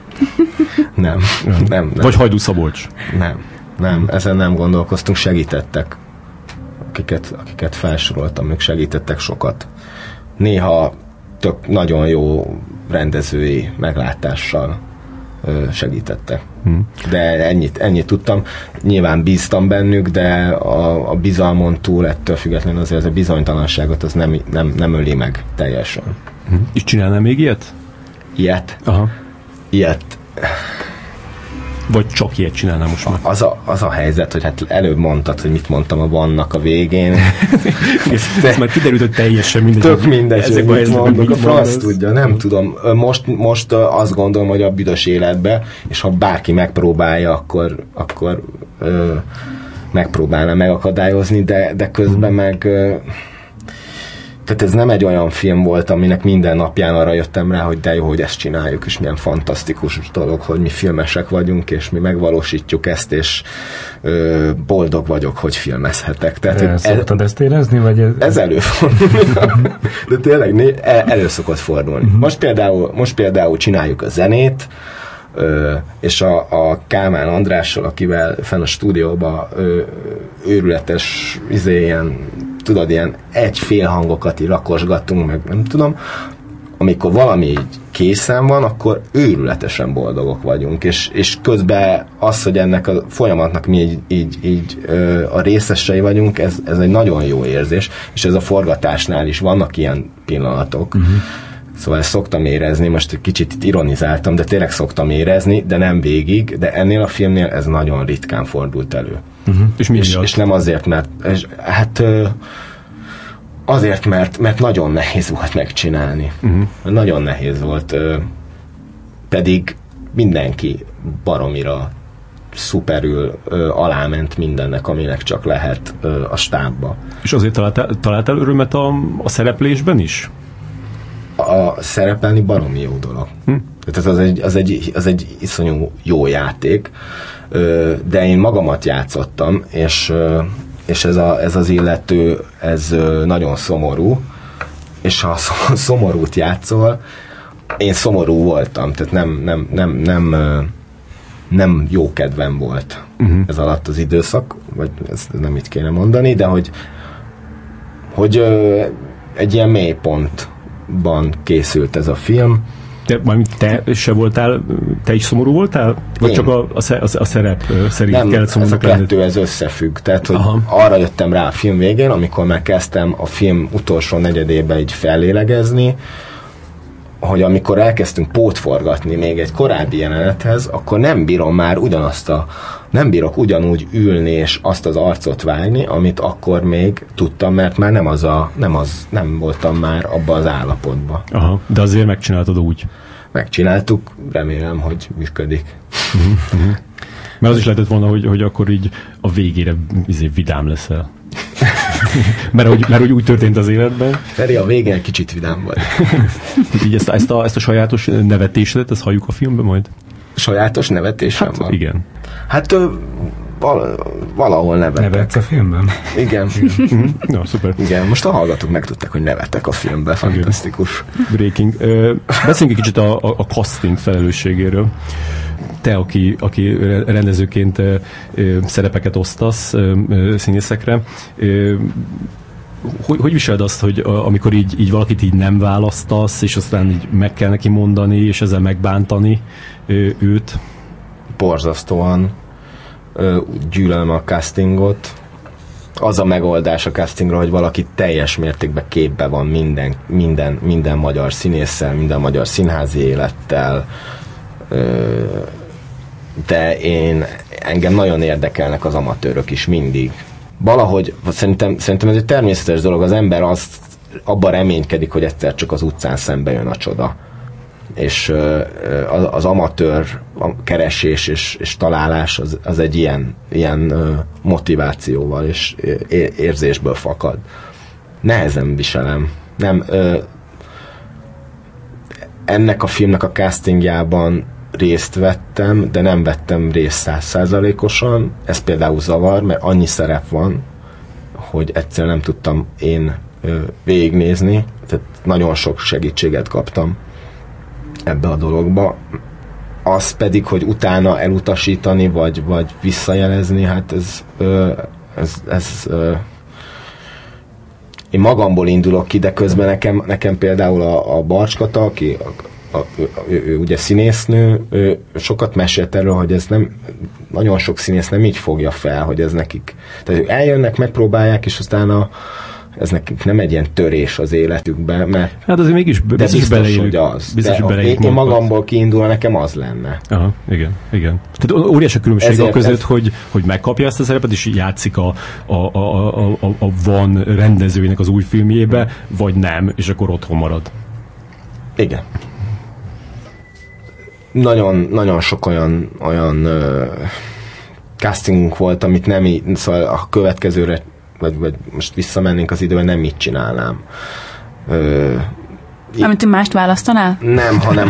nem. nem. nem. Vagy Hajdú Szabolcs. Nem. Nem. Ezen nem gondolkoztunk, segítettek. Akiket, akiket felsoroltam, ők segítettek sokat. Néha tök nagyon jó rendezői meglátással uh, segítettek. Hmm. De ennyit, ennyit tudtam. Nyilván bíztam bennük, de a, a bizalmon túl ettől függetlenül azért az a bizonytalanságot az nem, nem, nem öli meg teljesen. Hmm. És csinálnál még ilyet? Ilyet? Aha. Ilyet. Vagy csak ilyet csinálnál most már? Az a, az a helyzet, hogy hát előbb mondtad, hogy mit mondtam a vannak a végén. Ezt, ezt már kiderült, hogy teljesen mindegy. Tök mindegy, hogy mit mondok, a franc tudja, nem hmm. tudom. Most, most azt gondolom, hogy a büdös életbe, és ha bárki megpróbálja, akkor, akkor ö, megpróbálna megakadályozni, de, de közben hmm. meg... Ö, tehát ez nem egy olyan film volt, aminek minden napján arra jöttem rá, hogy de jó, hogy ezt csináljuk, és milyen fantasztikus dolog, hogy mi filmesek vagyunk, és mi megvalósítjuk ezt, és ö, boldog vagyok, hogy filmezhetek. Tehát, el szoktad ezt érezni? Vagy ez, ez előfordul. De tényleg el, elő szokott fordulni. Uh-huh. Most, például, most például csináljuk a zenét, Ö, és a, a Kálmán Andrással, akivel fenn a stúdióban ö, őrületes izé, ilyen, tudod, ilyen egy fél hangokat így rakosgattunk, meg nem tudom, amikor valami így készen van, akkor őrületesen boldogok vagyunk, és, és közben az, hogy ennek a folyamatnak mi így, így, így ö, a részesei vagyunk, ez, ez egy nagyon jó érzés, és ez a forgatásnál is vannak ilyen pillanatok. Uh-huh. Szóval ezt szoktam érezni, most egy kicsit itt ironizáltam, de tényleg szoktam érezni, de nem végig, de ennél a filmnél ez nagyon ritkán fordult elő. Uh-huh. És, és, és nem azért, mert és, hát ö, azért, mert, mert nagyon nehéz volt megcsinálni. Uh-huh. Nagyon nehéz volt. Ö, pedig mindenki baromira szuperül ö, aláment mindennek, aminek csak lehet ö, a stábba. És azért találtál, találtál örömet a, a szereplésben is? A szerepelni baromi jó dolog. Hm? Tehát az egy, az, egy, az egy iszonyú jó játék, ö, de én magamat játszottam, és ö, és ez, a, ez az illető, ez nagyon szomorú, és ha szomorút játszol, én szomorú voltam, tehát nem, nem, nem, nem, nem jó kedvem volt uh-huh. ez alatt az időszak, vagy ezt nem így kéne mondani, de hogy, hogy egy ilyen mélypontban készült ez a film. Te, te se voltál, te is szomorú voltál? Vagy én. Csak a, a, a szerep szerint nem, kellett szomorúnak lenni? Nem, ez a kettő, ez összefügg. Tehát, hogy aha. arra jöttem rá a film végén, amikor már kezdtem a film utolsó negyedébe így fellélegezni, hogy amikor elkezdtünk pótforgatni még egy korábbi jelenethez, akkor nem bírom már ugyanazt a, nem bírok ugyanúgy ülni és azt az arcot vágni, amit akkor még tudtam, mert már nem az a, nem az, nem voltam már abban az állapotban. Aha, de azért megcsináltad úgy. Megcsináltuk, remélem, hogy működik. Uh-huh, uh-huh. Mert az is lehetett volna, hogy, hogy akkor így a végére izé vidám leszel. mert, hogy, mert hogy úgy történt az életben. Feri, a végén kicsit vidám vagy. Így ezt, ezt, a, ezt a sajátos nevetésedet, ezt halljuk a filmben majd? Sajátos nevetésem hát, van? Igen. Hát val- valahol nevetek. Nevetsz a filmben? Igen. Igen. Na, szuper. Igen, most a hallgatók megtudták, hogy nevetek a filmben. Fantasztikus. Breaking. Uh, beszéljünk egy kicsit a, a, a casting felelősségéről. Te, aki, aki rendezőként uh, szerepeket osztasz uh, színészekre, uh, hogy, hogy viseled azt, hogy uh, amikor így, így valakit így nem választasz, és aztán így meg kell neki mondani, és ezzel megbántani uh, őt? Borzasztóan uh, gyűlölöm a castingot. Az a megoldás a castingra, hogy valaki teljes mértékben képbe van minden, minden, minden magyar színésszel, minden magyar színházi élettel, de én, engem nagyon érdekelnek az amatőrök is mindig. Valahogy, szerintem, szerintem ez egy természetes dolog, az ember azt abban reménykedik, hogy egyszer csak az utcán szembe jön a csoda. És az, az amatőr keresés és, és találás az, az egy ilyen, ilyen motivációval és érzésből fakad. Nehezen viselem. Nem, ennek a filmnek a castingjában részt vettem, de nem vettem részt száz százalékosan. Ez például zavar, mert annyi szerep van, hogy egyszerűen nem tudtam én ö, végignézni, tehát nagyon sok segítséget kaptam ebbe a dologba. Az pedig, hogy utána elutasítani, vagy, vagy visszajelezni, hát ez, ö, ez, ez ö, én magamból indulok ki, de közben nekem, nekem például a, a Barcskata, aki a, a, ő, ő, ő ugye színésznő, ő sokat mesélt erről, hogy ez nem, nagyon sok színész nem így fogja fel, hogy ez nekik, tehát ők eljönnek, megpróbálják, és aztán a, ez nekik nem egy ilyen törés az életükben, mert hát azért mégis b- biztos, biztos beleélük, hogy az. Biztos, de hogy én, én magamból kiindulva, nekem az lenne. Aha, igen, igen. Tehát óriási különbség Ezért a között, ez... hogy, hogy megkapja ezt a szerepet, és játszik a, a, a, a, a, a van rendezőjének az új filmjébe, vagy nem, és akkor otthon marad. Igen. Nagyon, nagyon sok olyan, olyan uh, castingunk volt, amit nem így, szóval a következőre, vagy, vagy most visszamennénk az időben, nem így csinálnám. Uh, Amit te mást választanál? Nem, hanem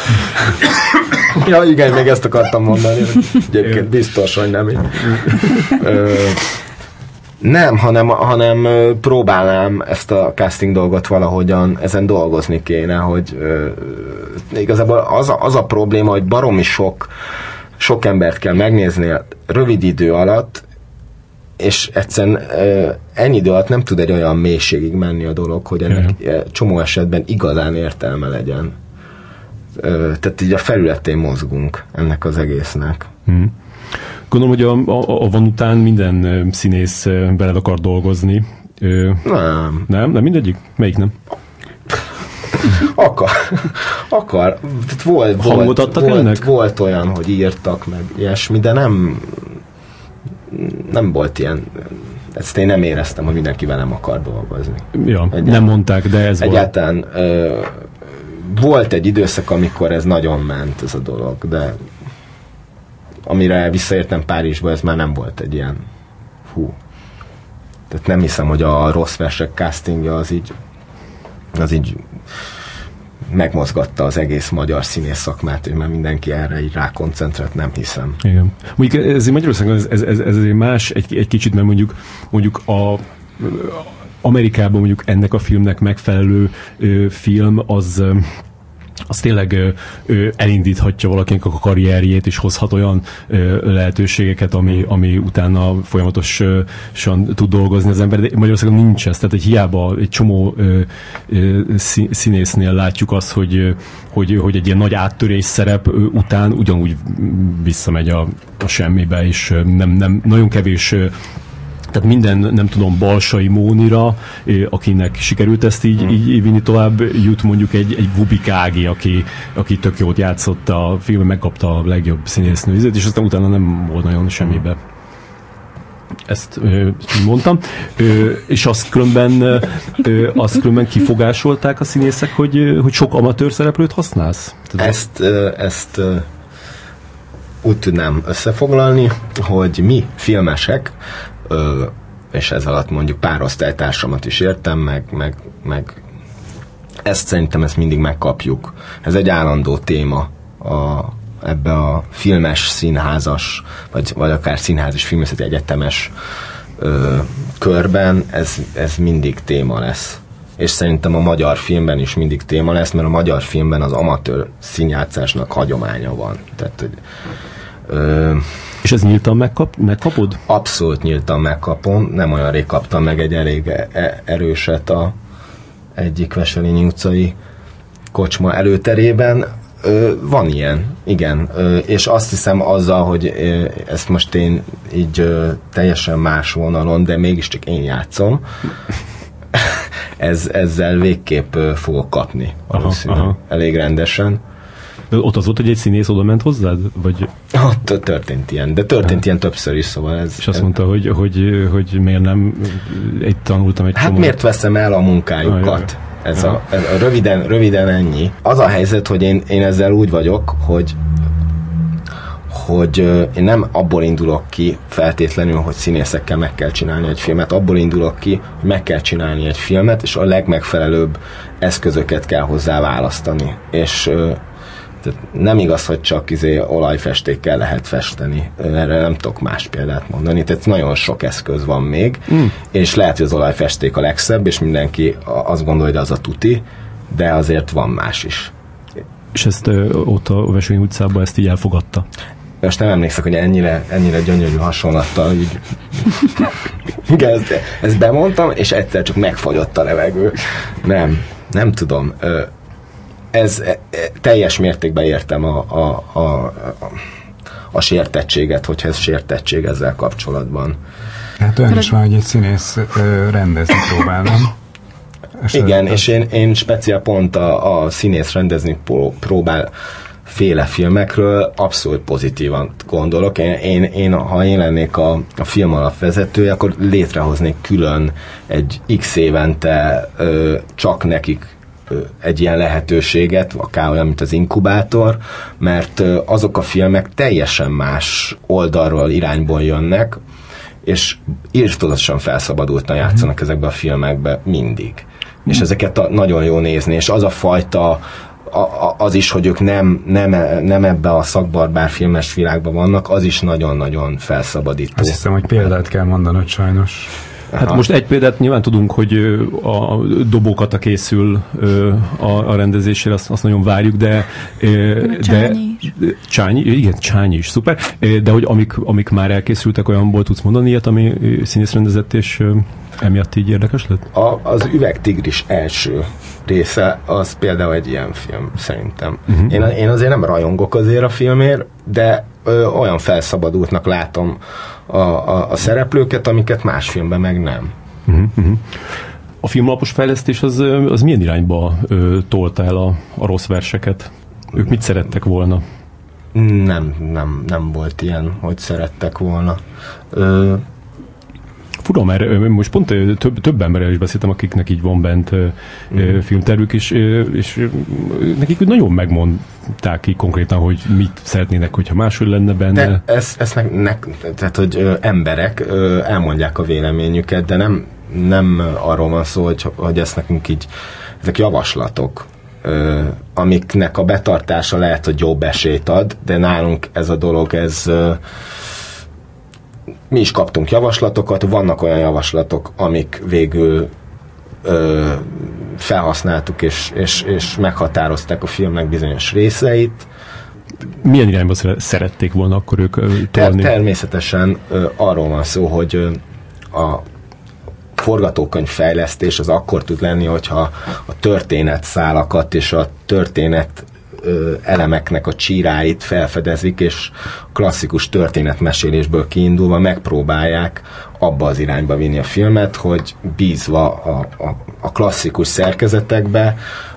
ja, igen, még ezt akartam mondani. Egyébként biztos, hogy nem így. Ö, nem, hanem, hanem próbálnám ezt a casting dolgot valahogyan, ezen dolgozni kéne, hogy ö, igazából az a, az a probléma, hogy baromi sok, sok embert kell megnézni rövid idő alatt, és egyszerűen ennyi idő alatt nem tud egy olyan mélységig menni a dolog, hogy ennek uh-huh. csomó esetben igazán értelme legyen. Tehát így a felületén mozgunk ennek az egésznek. Hmm. Gondolom, hogy a, a, a van után minden színész veled akar dolgozni. Nem. Nem? Nem mindegyik? Melyik nem? Akar. Akar. Volt, Hangot adtak volt, ennek? Volt olyan, hogy írtak meg ilyesmi, de nem nem volt ilyen. Ezt én nem éreztem, hogy mindenki velem akar dolgozni. Ja, Egyáltalán, nem mondták, de ez egyáltalán volt. Ö, volt egy időszak, amikor ez nagyon ment, ez a dolog, de amire visszaértem Párizsba, ez már nem volt egy ilyen hú. Tehát nem hiszem, hogy a Rossz Versek castingja az így az így megmozgatta az egész magyar színész szakmát, hogy már mindenki erre így rákoncentrált, nem hiszem. Igen. Mondjuk ez Magyarországon ez, ez, ez, ez más egy, egy kicsit, mert mondjuk, mondjuk a Amerikában mondjuk ennek a filmnek megfelelő ö, film az ö, az tényleg ö, ö, elindíthatja valakinek a karrierjét, és hozhat olyan ö, lehetőségeket, ami, ami utána folyamatosan tud dolgozni az ember, de Magyarországon nincs ez, tehát egy hiába egy csomó ö, ö, színésznél látjuk azt, hogy, hogy, hogy egy ilyen nagy áttörés szerep ö, után ugyanúgy visszamegy a, a semmibe, és nem, nem, nagyon kevés ö, tehát minden, nem tudom, Balsai Mónira, akinek sikerült ezt így, hmm. így vinni tovább, jut mondjuk egy, egy Bubik Ági, aki, aki tök jót játszott a filmben, megkapta a legjobb színésznőzet, és aztán utána nem volt nagyon semmibe. Ezt ö, mondtam. Ö, és azt különben, ö, azt különben kifogásolták a színészek, hogy, hogy sok amatőr szereplőt használsz? Tehát ezt, ö, ezt ö, úgy tudnám összefoglalni, hogy mi filmesek, Ö, és ez alatt mondjuk pár osztálytársamat is értem, meg, meg, meg ezt szerintem ezt mindig megkapjuk. Ez egy állandó téma a, ebbe a filmes, színházas, vagy, vagy akár színház és filmészeti egyetemes ö, körben, ez, ez mindig téma lesz. És szerintem a magyar filmben is mindig téma lesz, mert a magyar filmben az amatőr színjátszásnak hagyománya van. Tehát, hogy ö, és ez nyíltan megkap, megkapod? Abszolút nyíltan megkapom. Nem olyan rég kaptam meg egy elég e- erőset a egyik Veselényi utcai kocsma előterében. Ö, van ilyen, igen. Ö, és azt hiszem azzal, hogy ö, ezt most én így ö, teljesen más vonalon, de mégiscsak én játszom, ez, ezzel végképp ö, fogok kapni. Valószínűleg. Elég rendesen. De ott az volt, hogy egy színész oda ment hozzád? Vagy... Ott történt ilyen, de történt ilyen többször is, szóval ez... És azt mondta, hogy, hogy, hogy miért nem egy tanultam egy Hát csomót. miért veszem el a munkájukat? Ah, ez, a, ez a röviden, röviden ennyi. Az a helyzet, hogy én, én ezzel úgy vagyok, hogy hogy én nem abból indulok ki feltétlenül, hogy színészekkel meg kell csinálni egy filmet, abból indulok ki, hogy meg kell csinálni egy filmet, és a legmegfelelőbb eszközöket kell hozzá választani. És tehát nem igaz, hogy csak izé olajfestékkel lehet festeni. Erre nem tudok más példát mondani. Tehát nagyon sok eszköz van még, mm. és lehet, hogy az olajfesték a legszebb, és mindenki azt gondolja, hogy az a tuti, de azért van más is. És ezt ö, ott a Veselényi utcában ezt így elfogadta? Most nem emlékszek, hogy ennyire, ennyire gyönyörű hasonlattal így... Igen, ezt, ezt bemondtam, és egyszer csak megfagyott a levegő. Nem, nem tudom. Ez teljes mértékben értem a, a, a, a, a sértettséget, hogyha ez sértettség ezzel kapcsolatban. Hát olyan is van, hogy egy színész rendezni próbál, nem? Igen, és én, én speciál pont a, a színész rendezni próbál féle filmekről abszolút pozitívan gondolok. Én, én, én ha én lennék a, a film alapvezetője, akkor létrehoznék külön egy x évente ö, csak nekik ö, egy ilyen lehetőséget, akár olyan, mint az inkubátor, mert ö, azok a filmek teljesen más oldalról, irányból jönnek, és írtózatosan felszabadultan játszanak ezekbe a filmekbe mindig. Mm. És ezeket a, nagyon jó nézni, és az a fajta A, a, az is, hogy ők nem, nem, nem ebbe a szakbarbár filmes világban vannak, az is nagyon-nagyon felszabadító. Azt hiszem, hogy példát kell mondanod sajnos. Hát aha. Most egy példát nyilván tudunk, hogy a Dobókata készül a, a rendezésére, azt, azt nagyon várjuk, de, de Csányi, igen, Csányi is, szuper. De hogy amik, amik már elkészültek, olyanból tudsz mondani ilyet, ami színész rendezett, és emiatt így érdekes lett? A, az Üvegtigris első része, az például egy ilyen film, szerintem. Uh-huh. Én, én azért nem rajongok azért a filmért, de ö, olyan felszabadultnak látom a, a, a szereplőket, amiket más filmben meg nem. Uh-huh, uh-huh. A filmalapos fejlesztés az, az milyen irányba ö, tolta el a, a rossz verseket? Ők mit szerettek volna? Nem, nem, nem volt ilyen, hogy szerettek volna. Ö, Fura, mert most pont több, több emberrel is beszéltem, akiknek így van bent mm. filmtervük, és, és nekik nagyon megmondták ki konkrétan, hogy mit szeretnének, hogyha máshogy lenne benne. De ezt, ezt meg, ne, tehát, hogy ö, emberek ö, elmondják a véleményüket, de nem, nem arról van szó, hogy, hogy ezt nekünk így, ezek javaslatok, ö, amiknek a betartása lehet, hogy jobb esélyt ad, de nálunk ez a dolog, ez ö, mi is kaptunk javaslatokat, vannak olyan javaslatok, amik végül ö, felhasználtuk, és, és, és meghatározták a filmnek bizonyos részeit. Milyen irányba szerették volna akkor ők tolni? Természetesen ö, arról van szó, hogy ö, a forgatókönyvfejlesztés az akkor tud lenni, hogyha a történetszálakat és a történet elemeknek a csíráit felfedezik, és klasszikus történetmesélésből kiindulva megpróbálják abba az irányba vinni a filmet, hogy bízva a, a, a klasszikus szerkezetekbe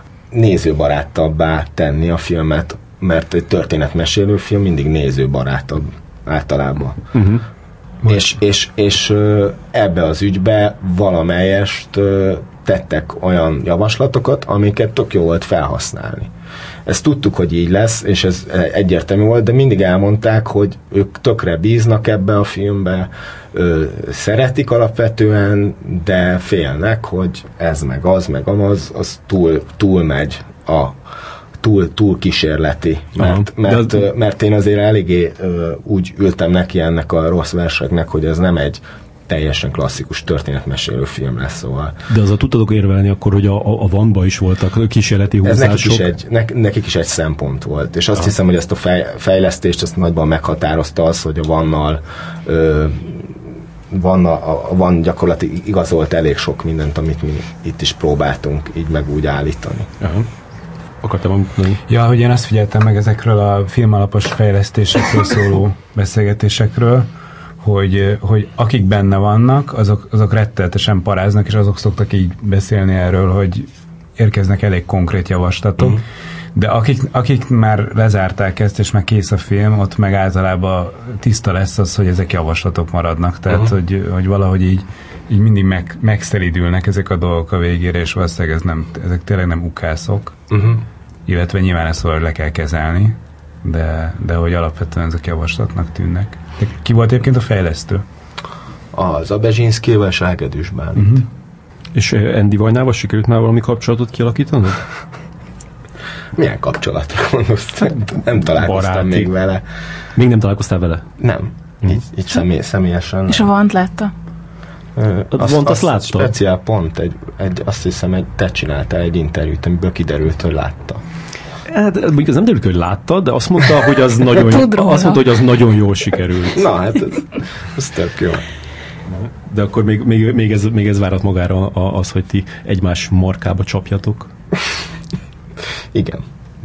nézőbarátabbá tenni a filmet, mert egy történetmesélő film mindig nézőbarátabb általában. Uh-huh. És, és, és ebbe az ügybe valamelyest tettek olyan javaslatokat, amiket tök jó volt felhasználni. Ezt tudtuk, hogy így lesz, és ez egyértelmű volt, de mindig elmondták, hogy ők tökre bíznak ebbe a filmbe, ö, szeretik alapvetően, de félnek, hogy ez meg az, meg az, az túl, túl megy a túl, túl kísérleti, mert, mert, az... mert én azért eléggé ö, úgy ültem neki ennek a rossz verseknek, hogy ez nem egy teljesen klasszikus történetmesélő film lesz, szóval. De azzal tudtatok érvelni akkor, hogy a, a Vanba is voltak kísérleti húzások? Ez nekik is egy, ne, nekik is egy szempont volt, és azt ja. hiszem, hogy ezt a fej, fejlesztést ezt nagyban meghatározta az, hogy a Vannal ö, van, a, a van gyakorlatilag igazolt elég sok mindent, amit mi itt is próbáltunk így meg úgy állítani. Aha. Akartam mondani? Ja, hogy én azt figyeltem meg ezekről a filmalapos fejlesztésekről szóló beszélgetésekről, hogy, hogy akik benne vannak, azok, azok rettenetesen paráznak, és azok szoktak így beszélni erről, hogy érkeznek elég konkrét javaslatok, uh-huh. de akik, akik már lezárták ezt, és már kész a film, ott meg általában tiszta lesz az, hogy ezek javaslatok maradnak, tehát uh-huh. hogy, hogy valahogy így, így mindig meg, megszelidülnek ezek a dolgok a végére, és valószínűleg ez nem, ezek tényleg nem ukászok, uh-huh. illetve nyilván ezt valahogy le kell kezelni, de, de hogy alapvetően ezek javaslatnak tűnnek. De ki volt egyébként a fejlesztő? Az a Bezsinszkivel és Ágedűs Bálint. Uh-huh. És Andy Vajnával sikerült már valami kapcsolatot kialakítanod? Milyen kapcsolatot gondolsz? Nem találkoztam Baráti. még vele. Még nem találkoztál vele? Nem. Uh-huh. Így, így személy, személyesen. És a Vant látta? A Vant azt látta? Speciál pont, egy, egy, azt hiszem, egy, te csináltál egy interjút, amiből kiderült, hogy látta. Hát, mondjuk az nem derült, hogy látta, de azt mondta, hogy az nagyon, azt mondta, hogy az nagyon jól sikerült. Na, hát ez, ez tök jó. De akkor még, még, még, ez, még ez várat magára az, hogy ti egymás markába csapjatok. Igen.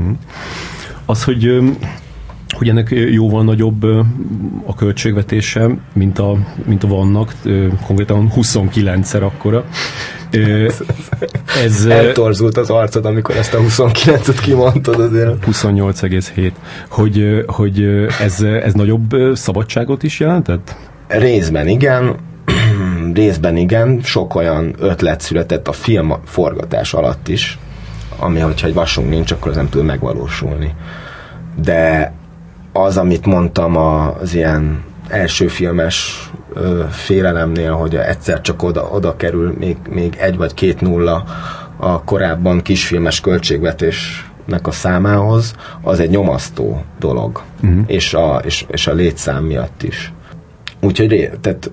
Az, hogy, hogy ennek jóval nagyobb a költségvetése, mint a, mint a vannak, konkrétan huszonkilencszer akkora. Ez, eltorzult az arcod, amikor ezt a huszonkilencet kimondtad azért. huszonnyolc egész hét. Hogy, hogy ez, ez nagyobb szabadságot is jelentett? Részben igen, részben igen. Sok olyan ötlet született a film forgatás alatt is, ami, hogyha egy vasunk nincs, akkor az nem tud megvalósulni. De az, amit mondtam az ilyen első filmes ö, félelemnél, hogy egyszer csak oda, oda kerül még, még egy vagy két nulla a korábban kisfilmes költségvetésnek a számához, az egy nyomasztó dolog. Uh-huh. És, a, és, és a létszám miatt is. Úgyhogy tehát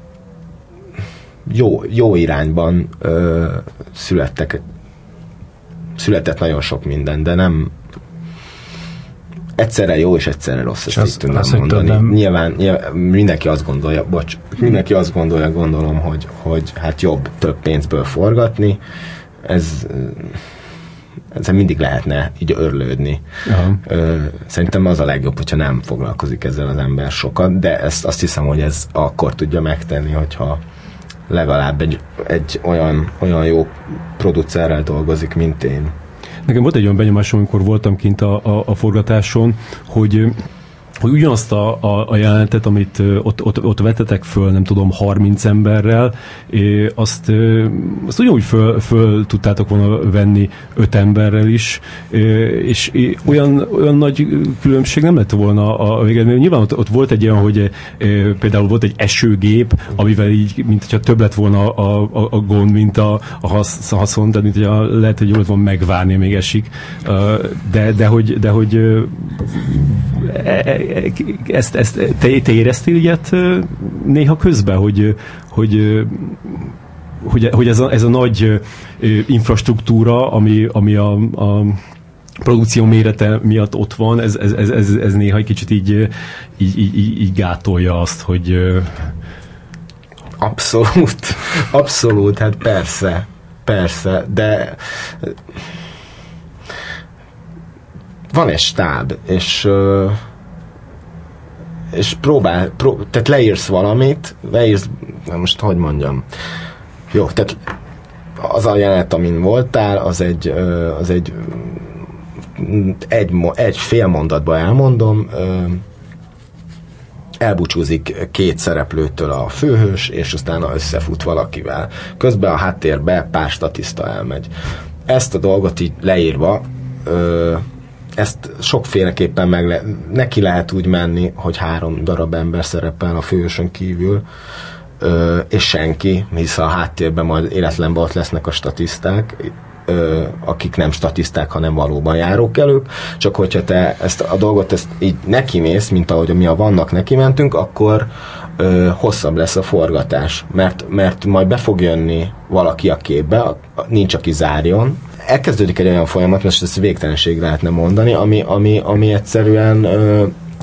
jó, jó irányban ö, születtek született nagyon sok minden, de nem egyszerre jó és egyszerre rossz, ezt az, így tudom az, mondani. Nem... Nyilván, nyilván mindenki azt gondolja, bocs, mindenki azt gondolja, gondolom, hogy, hogy hát jobb több pénzből forgatni, ez ezzel mindig lehetne így örlődni. Ö, szerintem az a legjobb, hogyha nem foglalkozik ezzel az ember sokat, de ezt azt hiszem, hogy ez akkor tudja megtenni, hogyha legalább egy, egy olyan, olyan jó producerrel dolgozik, mint én. Nekem volt egy olyan benyomásom, amikor voltam kint a, a, a forgatáson, hogy hogy ugyanazt a, a, a jelenetet, amit ott, ott, ott vetetek föl, nem tudom, harminc emberrel, azt, azt ugyanúgy föl, föl tudtátok volna venni öt emberrel is, és olyan, olyan nagy különbség nem lett volna a végén. Nyilván ott, ott volt egy olyan, hogy például volt egy esőgép, amivel így, mint hogyha több lett volna a, a, a gond, mint a, a hasz, haszon, tehát mint hogyha lehet, hogy jól lett volna megvárni, még esik. De, de hogy, de hogy ezt, ezt te, te éreztél ilyet néha közben, hogy, hogy, hogy, hogy ez, a, ez a nagy infrastruktúra, ami, ami a, a produkció mérete miatt ott van, ez, ez, ez, ez, ez néha egy kicsit így, így, így, így gátolja azt, hogy... Abszolút, abszolút, hát persze, persze, de van egy stáb, és és próbál, prób- tehát leírsz valamit, leírsz, most hogy mondjam, jó, tehát az a jelenet, amin voltál, az egy, az egy egy, egy fél mondatba elmondom, elbúcsúzik két szereplőtől a főhős, és aztán összefut valakivel. Közben a háttérbe pár statiszta elmegy. Ezt a dolgot így leírva, ezt sokféleképpen meg le, neki lehet úgy menni, hogy három darab ember szerepel a főhősön kívül, ö, és senki, hisz a háttérben majd életlenben ott lesznek a statiszták, ö, akik nem statiszták, hanem valóban járókelők, csak hogyha te ezt a dolgot ezt így nekimész, mint ahogy mi a vannak nekimentünk, akkor ö, hosszabb lesz a forgatás, mert, mert majd be fog jönni valaki a képbe, nincs aki zárjon, elkezdődik egy olyan folyamat, most ezt végtelenség lehetne mondani, ami, ami, ami egyszerűen ö,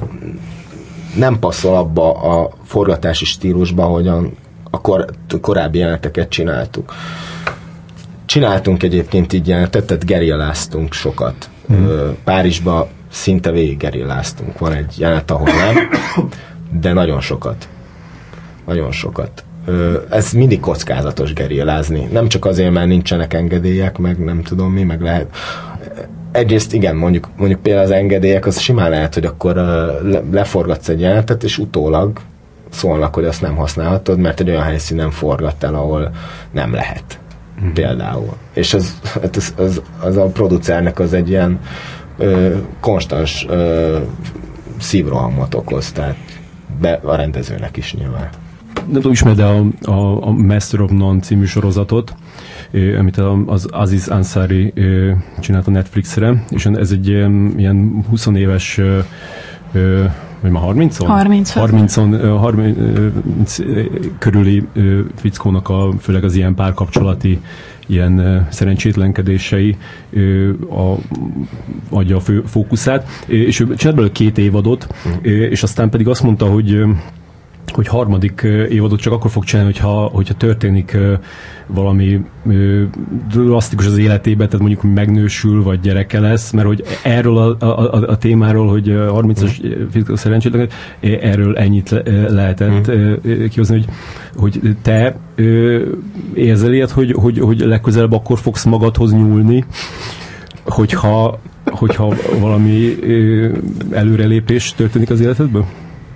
nem passzol abba a forgatási stílusba, hogyan a kor, korábbi jeleneteket csináltuk. Csináltunk egyébként így jelenetet, tehát gerilláztunk sokat. Mm. Ö, Párizsba szinte végig gerilláztunk. Van egy jelenet, ahol nem, de nagyon sokat. Nagyon sokat. Ez mindig kockázatos gerillázni. Nem csak azért, mert nincsenek engedélyek, meg nem tudom mi, meg lehet. Egyrészt igen, mondjuk, mondjuk például az engedélyek, az simán lehet, hogy akkor le, leforgatsz egy jelenetet, és utólag szólnak, hogy azt nem használhatod, mert egy olyan helyszínen forgattál, ahol nem lehet. Hmm. Például. És az, az, az, az a producernek az egy ilyen ö, konstans ö, szívrohamot okoz, tehát be, a rendezőnek is nyilván. Nem tudom, ismered a, a, a Master of None című sorozatot, eh, amit az Aziz Ansari eh, csinált a Netflixre, és ez egy ilyen, ilyen húsz éves eh, eh, vagy már harmincon? harmincon. harmincon, harminc körüli eh, fickónak a, főleg az ilyen párkapcsolati ilyen uh, szerencsétlenkedései uh, a, adja a fő fókuszát, és ő csinált belőle két évadot, mm. és aztán pedig azt mondta, hogy hogy harmadik évadot csak akkor fog csinálni, hogyha, hogyha történik valami drasztikus az életében, tehát mondjuk megnősül, vagy gyereke lesz, mert hogy erről a, a, a témáról, hogy harmincas fizikai szerencsétlen, erről ennyit le, lehetett mm. kihozni, hogy, hogy te érzel ilyet, hogy, hogy, hogy legközelebb akkor fogsz magadhoz nyúlni, hogyha, hogyha valami előrelépés történik az életedben?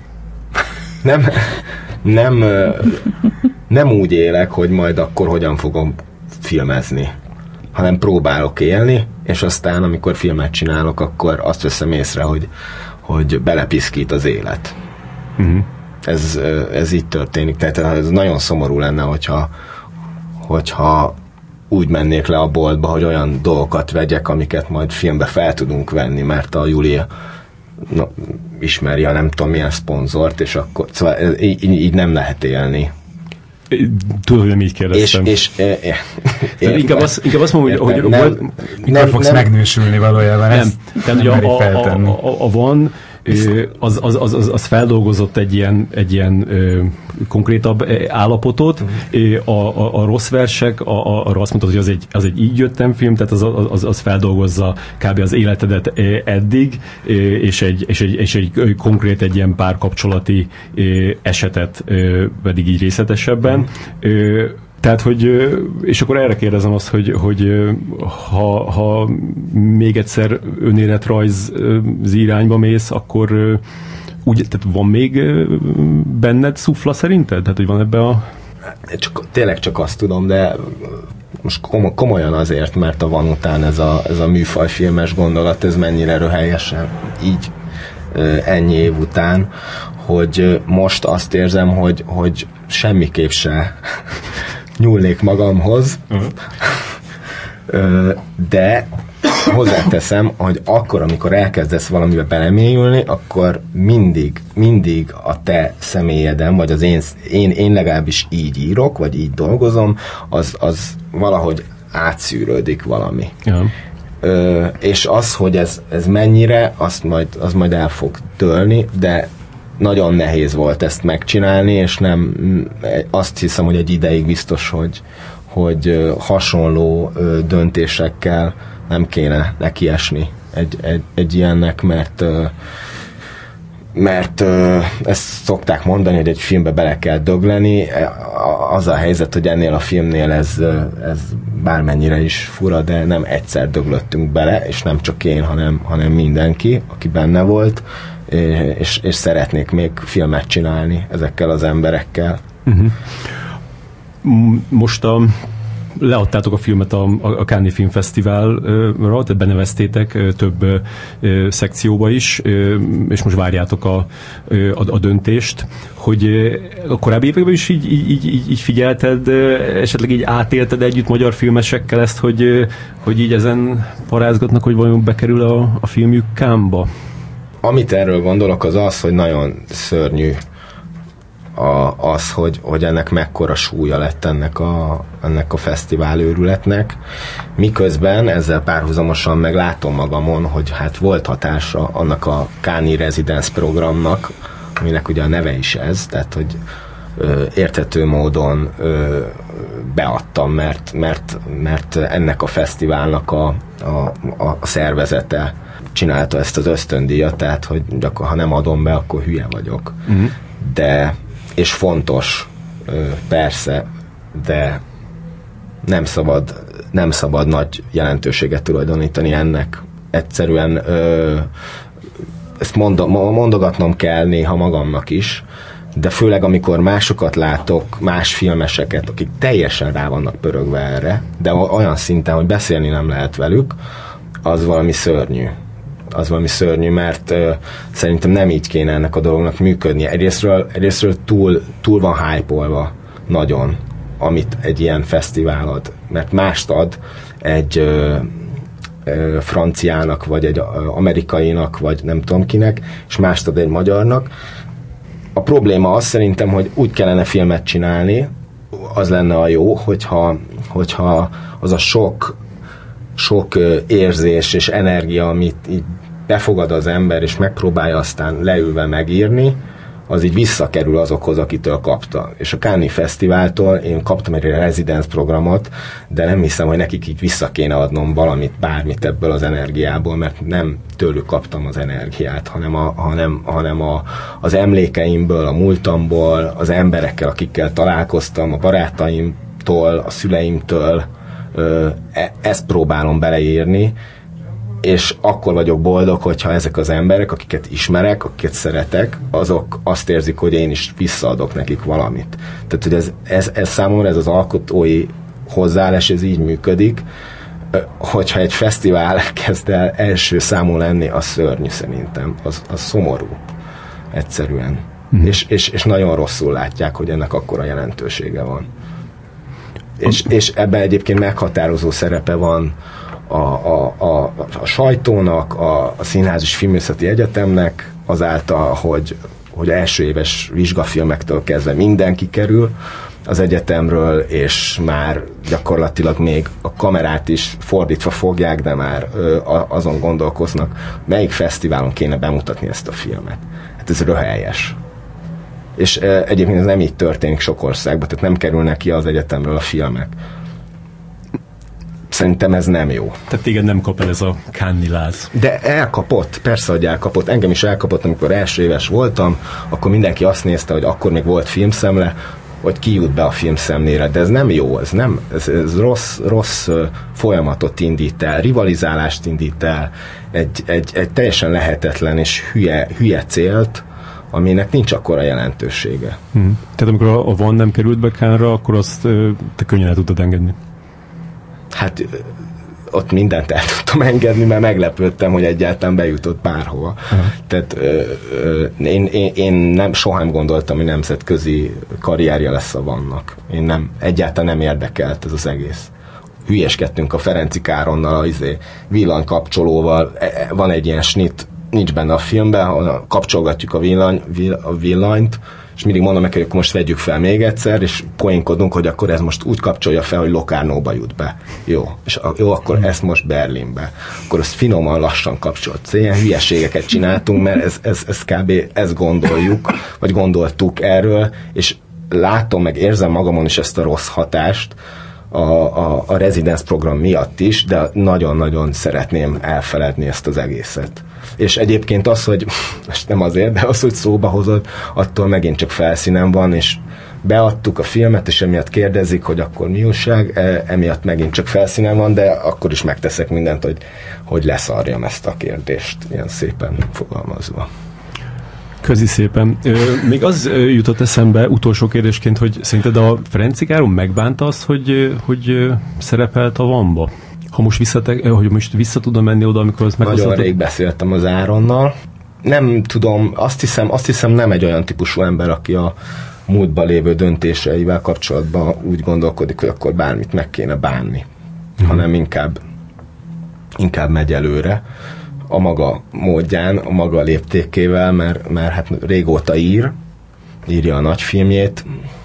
Nem, nem, nem úgy élek, hogy majd akkor hogyan fogom filmezni, hanem próbálok élni, és aztán, amikor filmet csinálok, akkor azt veszem észre, hogy, hogy belepiszkít az élet. Uh-huh. Ez, ez így történik. Tehát ez nagyon szomorú lenne, hogyha, hogyha úgy mennék le a boltba, hogy olyan dolgokat vegyek, amiket majd filmbe fel tudunk venni, mert a Júlia no, ismeri a nem tudom milyen szponzort, és akkor szóval így, így nem lehet élni. Tudod, hogy nem így kérdeztem. És, és e, e, inkább, azt, inkább azt mondom, hogy, hogy nem, volt, mikor nem, fogsz nem, megnősülni valójában, nem. Ezt tehát, nem a, a, a, a, a van, az, az, az, az feldolgozott egy ilyen, egy ilyen ö, konkrétabb állapotot, uh-huh. a, a, a rossz versek, a, a, arra azt mondtad, hogy az egy, az egy így jöttem film, tehát az, az, az feldolgozza kb. Az életedet eddig, és egy, és egy, és egy konkrét egy ilyen párkapcsolati esetet pedig így részletesebben. Uh-huh. Tehát, hogy, és akkor erre kérdezem azt, hogy, hogy ha, ha még egyszer önéletrajz irányba mész, akkor úgy, tehát van még benned szufla szerinted? Tehát, hogy van ebbe a... Csak, tényleg csak azt tudom, de most komolyan azért, mert a van után ez a, ez a műfajfilmes gondolat, ez mennyire röhelyesen így ennyi év után, hogy most azt érzem, hogy, hogy semmiképp se nyúlnék magamhoz, uh-huh. de hozzáteszem, hogy akkor, amikor elkezdesz valamibe belemélyülni, akkor mindig, mindig a te személyeden, vagy az én, én, én legalábbis így írok, vagy így dolgozom, az, az valahogy átszűrődik valami. Uh-huh. Ö, és az, hogy ez, ez mennyire, azt majd, az majd el fog dőlni, de nagyon nehéz volt ezt megcsinálni, és nem, azt hiszem, hogy egy ideig biztos, hogy, hogy hasonló döntésekkel nem kéne nekiesni egy, egy, egy ilyennek, mert mert ezt szokták mondani, hogy egy filmbe bele kell dögleni. Az a helyzet, hogy ennél a filmnél ez, ez bármennyire is fura, de nem egyszer döglöttünk bele, és nem csak én, hanem, hanem mindenki, aki benne volt, és, és szeretnék még filmet csinálni ezekkel az emberekkel. Uh-huh. Most a, leadtátok a filmet a, a Cannes Film Fesztiválra, tehát beneveztétek több ö, szekcióba is, ö, és most várjátok a, a, a döntést, hogy a korábbi években is így, így, így, így figyelted, esetleg így átélted együtt magyar filmesekkel ezt, hogy, hogy így ezen parázgatnak, hogy vajon bekerül a, a filmjük Cannes-ba? Amit erről gondolok, az az, hogy nagyon szörnyű a, az, hogy, hogy ennek mekkora súlya lett ennek a, ennek a fesztivál őrületnek, miközben ezzel párhuzamosan meg látom magamon, hogy hát volt hatása annak a Cannes Residence programnak, aminek ugye a neve is ez, tehát hogy ö, érthető módon ö, beadtam, mert, mert, mert ennek a fesztiválnak a, a, a szervezete csinálta ezt az ösztöndíjat, tehát hogy akkor, ha nem adom be, akkor hülye vagyok. Uh-huh. De, és fontos, persze, de nem szabad, nem szabad nagy jelentőséget tulajdonítani ennek. Egyszerűen ö, ezt mondogatnom kell néha magamnak is, de főleg amikor másokat látok, más filmeseket, akik teljesen rá vannak pörögve erre, de olyan szinten, hogy beszélni nem lehet velük, az valami szörnyű. Az valami szörnyű, mert uh, szerintem nem így kéne ennek a dolognak működnie. Egyrésztről, egyrésztről túl, túl van hype-olva nagyon, amit egy ilyen fesztivál ad. Mert mást ad egy uh, uh, franciának, vagy egy uh, amerikainak, vagy nem tudom kinek, és mást ad egy magyarnak. A probléma az szerintem, hogy úgy kellene filmet csinálni, az lenne a jó, hogyha, hogyha az a sok sok érzés és energia, amit így befogad az ember, és megpróbálja aztán leülve megírni, az így visszakerül azokhoz, akitől kapta. És a Cannes Fesztiváltól én kaptam egy residence programot, de nem hiszem, hogy nekik így vissza kéne adnom valamit, bármit ebből az energiából, mert nem tőlük kaptam az energiát, hanem, a, hanem, hanem a, az emlékeimből, a múltamból, az emberekkel, akikkel találkoztam, a barátaimtól, a szüleimtől, E- ezt próbálom beleírni, és akkor vagyok boldog, hogyha ezek az emberek, akiket ismerek, akiket szeretek, azok azt érzik, hogy én is visszaadok nekik valamit. Tehát, hogy ez, ez, ez számomra ez az alkotói hozzáállás, ez így működik, hogyha egy fesztivál kezd el első számú lenni, az szörnyű szerintem, az, az szomorú egyszerűen. Mm. És, és, és nagyon rosszul látják, hogy ennek akkora jelentősége van. És, és ebben egyébként meghatározó szerepe van a, a, a, a sajtónak, a, a Színház és Filmvészeti Egyetemnek, azáltal, hogy, hogy első éves vizsgafilmektől kezdve mindenki kerül, az egyetemről, és már gyakorlatilag még a kamerát is fordítva fogják, de már ö, azon gondolkoznak, melyik fesztiválon kéne bemutatni ezt a filmet. Hát ez röhelyes. És ö, egyébként ez nem így történik sok országban, tehát nem kerülnek ki az egyetemről a filmek. Szerintem ez nem jó. Tehát téged nem kap el ez a Cannes-i láz. De elkapott, persze, hogy elkapott. Engem is elkapott, amikor első éves voltam, akkor mindenki azt nézte, hogy akkor még volt filmszemle, hogy ki jut be a filmszemlére, de ez nem jó, ez, nem, ez, ez rossz, rossz folyamatot indít el, rivalizálást indít el, egy, egy, egy teljesen lehetetlen és hülye, hülye célt, aminek nincs akkora jelentősége. Hmm. Tehát amikor a, a Van nem került be Cannes-ra, akkor azt te könnyen el tudtad engedni? Hát ott mindent el tudtam engedni, mert meglepődtem, hogy egyáltalán bejutott bárhova. Uh-huh. Tehát ö, ö, én, én, én nem, soha nem gondoltam, hogy nemzetközi karrierje lesz a Vannak. Én nem, egyáltalán nem érdekelt ez az egész. Hülyeskedtünk a Ferenci Káronnal, a izé, villanykapcsolóval, van egy ilyen snit, nincs benne a filmben, kapcsolgatjuk a, villany, a villanyt, és mindig mondom neki, hogy akkor most vegyük fel még egyszer, és poénkodunk, hogy akkor ez most úgy kapcsolja fel, hogy Locarnóba jut be. Jó, és a, jó, akkor ezt most Berlinbe. Akkor ezt finoman, lassan kapcsolt. Ilyen hülyeségeket csináltunk, mert ez, ez, ez kb. Ezt gondoljuk, vagy gondoltuk erről, és látom, meg érzem magamon is ezt a rossz hatást, a, a, a Residence program miatt is, de nagyon-nagyon szeretném elfeledni ezt az egészet. És egyébként az, hogy most nem azért, de az, hogy szóba hozod, attól megint csak felszínen van, és beadtuk a filmet, és emiatt kérdezik, hogy akkor mi újság, emiatt megint csak felszínen van, de akkor is megteszek mindent, hogy, hogy leszarjam ezt a kérdést, ilyen szépen fogalmazva. Közi szépen. Még az jutott eszembe utolsó kérdésként, hogy szerinted a Ferenci Károly megbánta azt, hogy, hogy szerepelt a Vanba? Ha most, visszate, hogy most vissza tudom menni oda, amikor azt meghozhatod? Nagyon rég beszéltem az Áronnal. Nem tudom, azt hiszem, azt hiszem nem egy olyan típusú ember, aki a múltban lévő döntéseivel kapcsolatban úgy gondolkodik, hogy akkor bármit meg kéne bánni, uh-huh. hanem inkább, inkább megy előre a maga módján, a maga léptékével, mert, mert hát régóta ír, írja a nagy filmjét.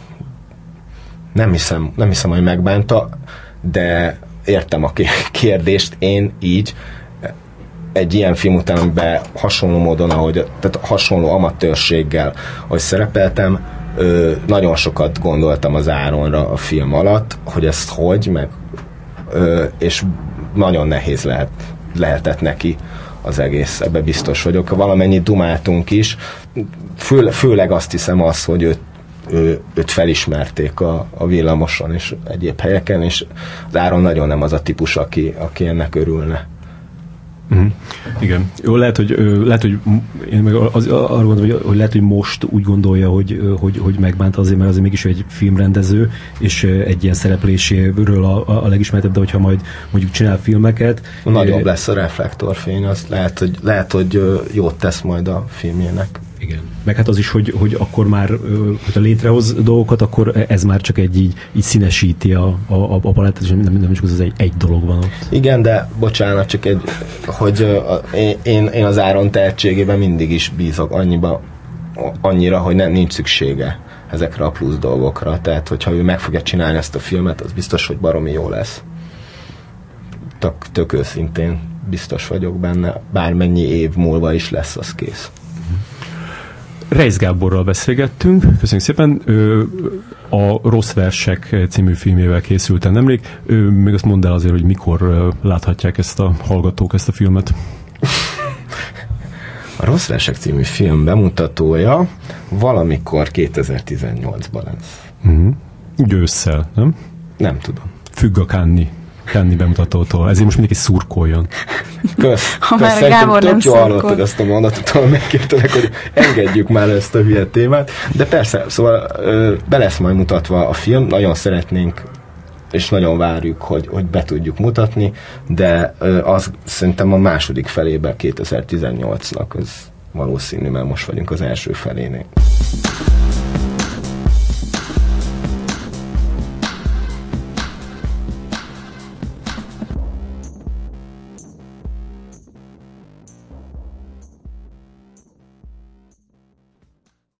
Nem hiszem, nem hiszem, hogy megbánta, de értem a kérdést, én így egy ilyen film után, amiben hasonló módon, ahogy, tehát hasonló amatőrséggel, ahogy szerepeltem, ö, nagyon sokat gondoltam az Áronra a film alatt, hogy ezt hogy, meg ö, és nagyon nehéz lehet, lehetett neki az egész, ebbe biztos vagyok. Valamennyit dumáltunk is, Fő, főleg azt hiszem az, hogy őt, ő, őt felismerték a, a villamoson és egyéb helyeken, és az Áron nagyon nem az a típus, aki, aki ennek örülne. Uh-huh. Igen. Jó, lehet, hogy, lehet, hogy én meg az, arra gondolom, hogy, hogy lehet, hogy most úgy gondolja, hogy, hogy, hogy megbánta azért, mert azért mégis egy filmrendező, és egy ilyen szerepléséről a, a legismertebb, de hogyha majd mondjuk csinál filmeket... Nagyobb é... lesz a reflektorfény, azt lehet, hogy, lehet, hogy jót tesz majd a filmjének. Igen. Meg hát az is, hogy, hogy akkor már, hogyha létrehoz dolgokat, akkor ez már csak egy így, így színesíti a, a, a palettát, és nem, nem csak az egy, egy dolog van ott. Igen, de bocsánat, csak egy, hogy uh, én, én az Áron tehetségében mindig is bízok annyiba, annyira, hogy nem, nincs szüksége ezekre a plusz dolgokra. Tehát, hogyha ő meg fogja csinálni ezt a filmet, az biztos, hogy baromi jó lesz. Tök, tök őszintén biztos vagyok benne, bármennyi év múlva is lesz, az kész. Reisz Gáborral beszélgettünk, köszönjük szépen. Ő a Rossz versek című filmjével készült el nemrég. Ő még azt mondd el azért, hogy mikor láthatják ezt a hallgatók ezt a filmet. A Rossz versek című film bemutatója valamikor kétezer-tizennyolcban lesz. Uh-huh. Ősszel, nem? Nem tudom. Függ a Cannes-i Cannes-i bemutatótól. Ezért most mindenki szurkoljon. Kösz. Ha Kösz. már a Gábor nem szurkol. Tök jól hallottad ezt a mondatot, ahol megkértelek, hogy engedjük már ezt a hülye témát. De persze, szóval ö, be lesz majd mutatva a film, nagyon szeretnénk, és nagyon várjuk, hogy, hogy be tudjuk mutatni, de ö, az szerintem a második felében kétezer-tizennyolcnak az valószínű, mert most vagyunk az első felénél.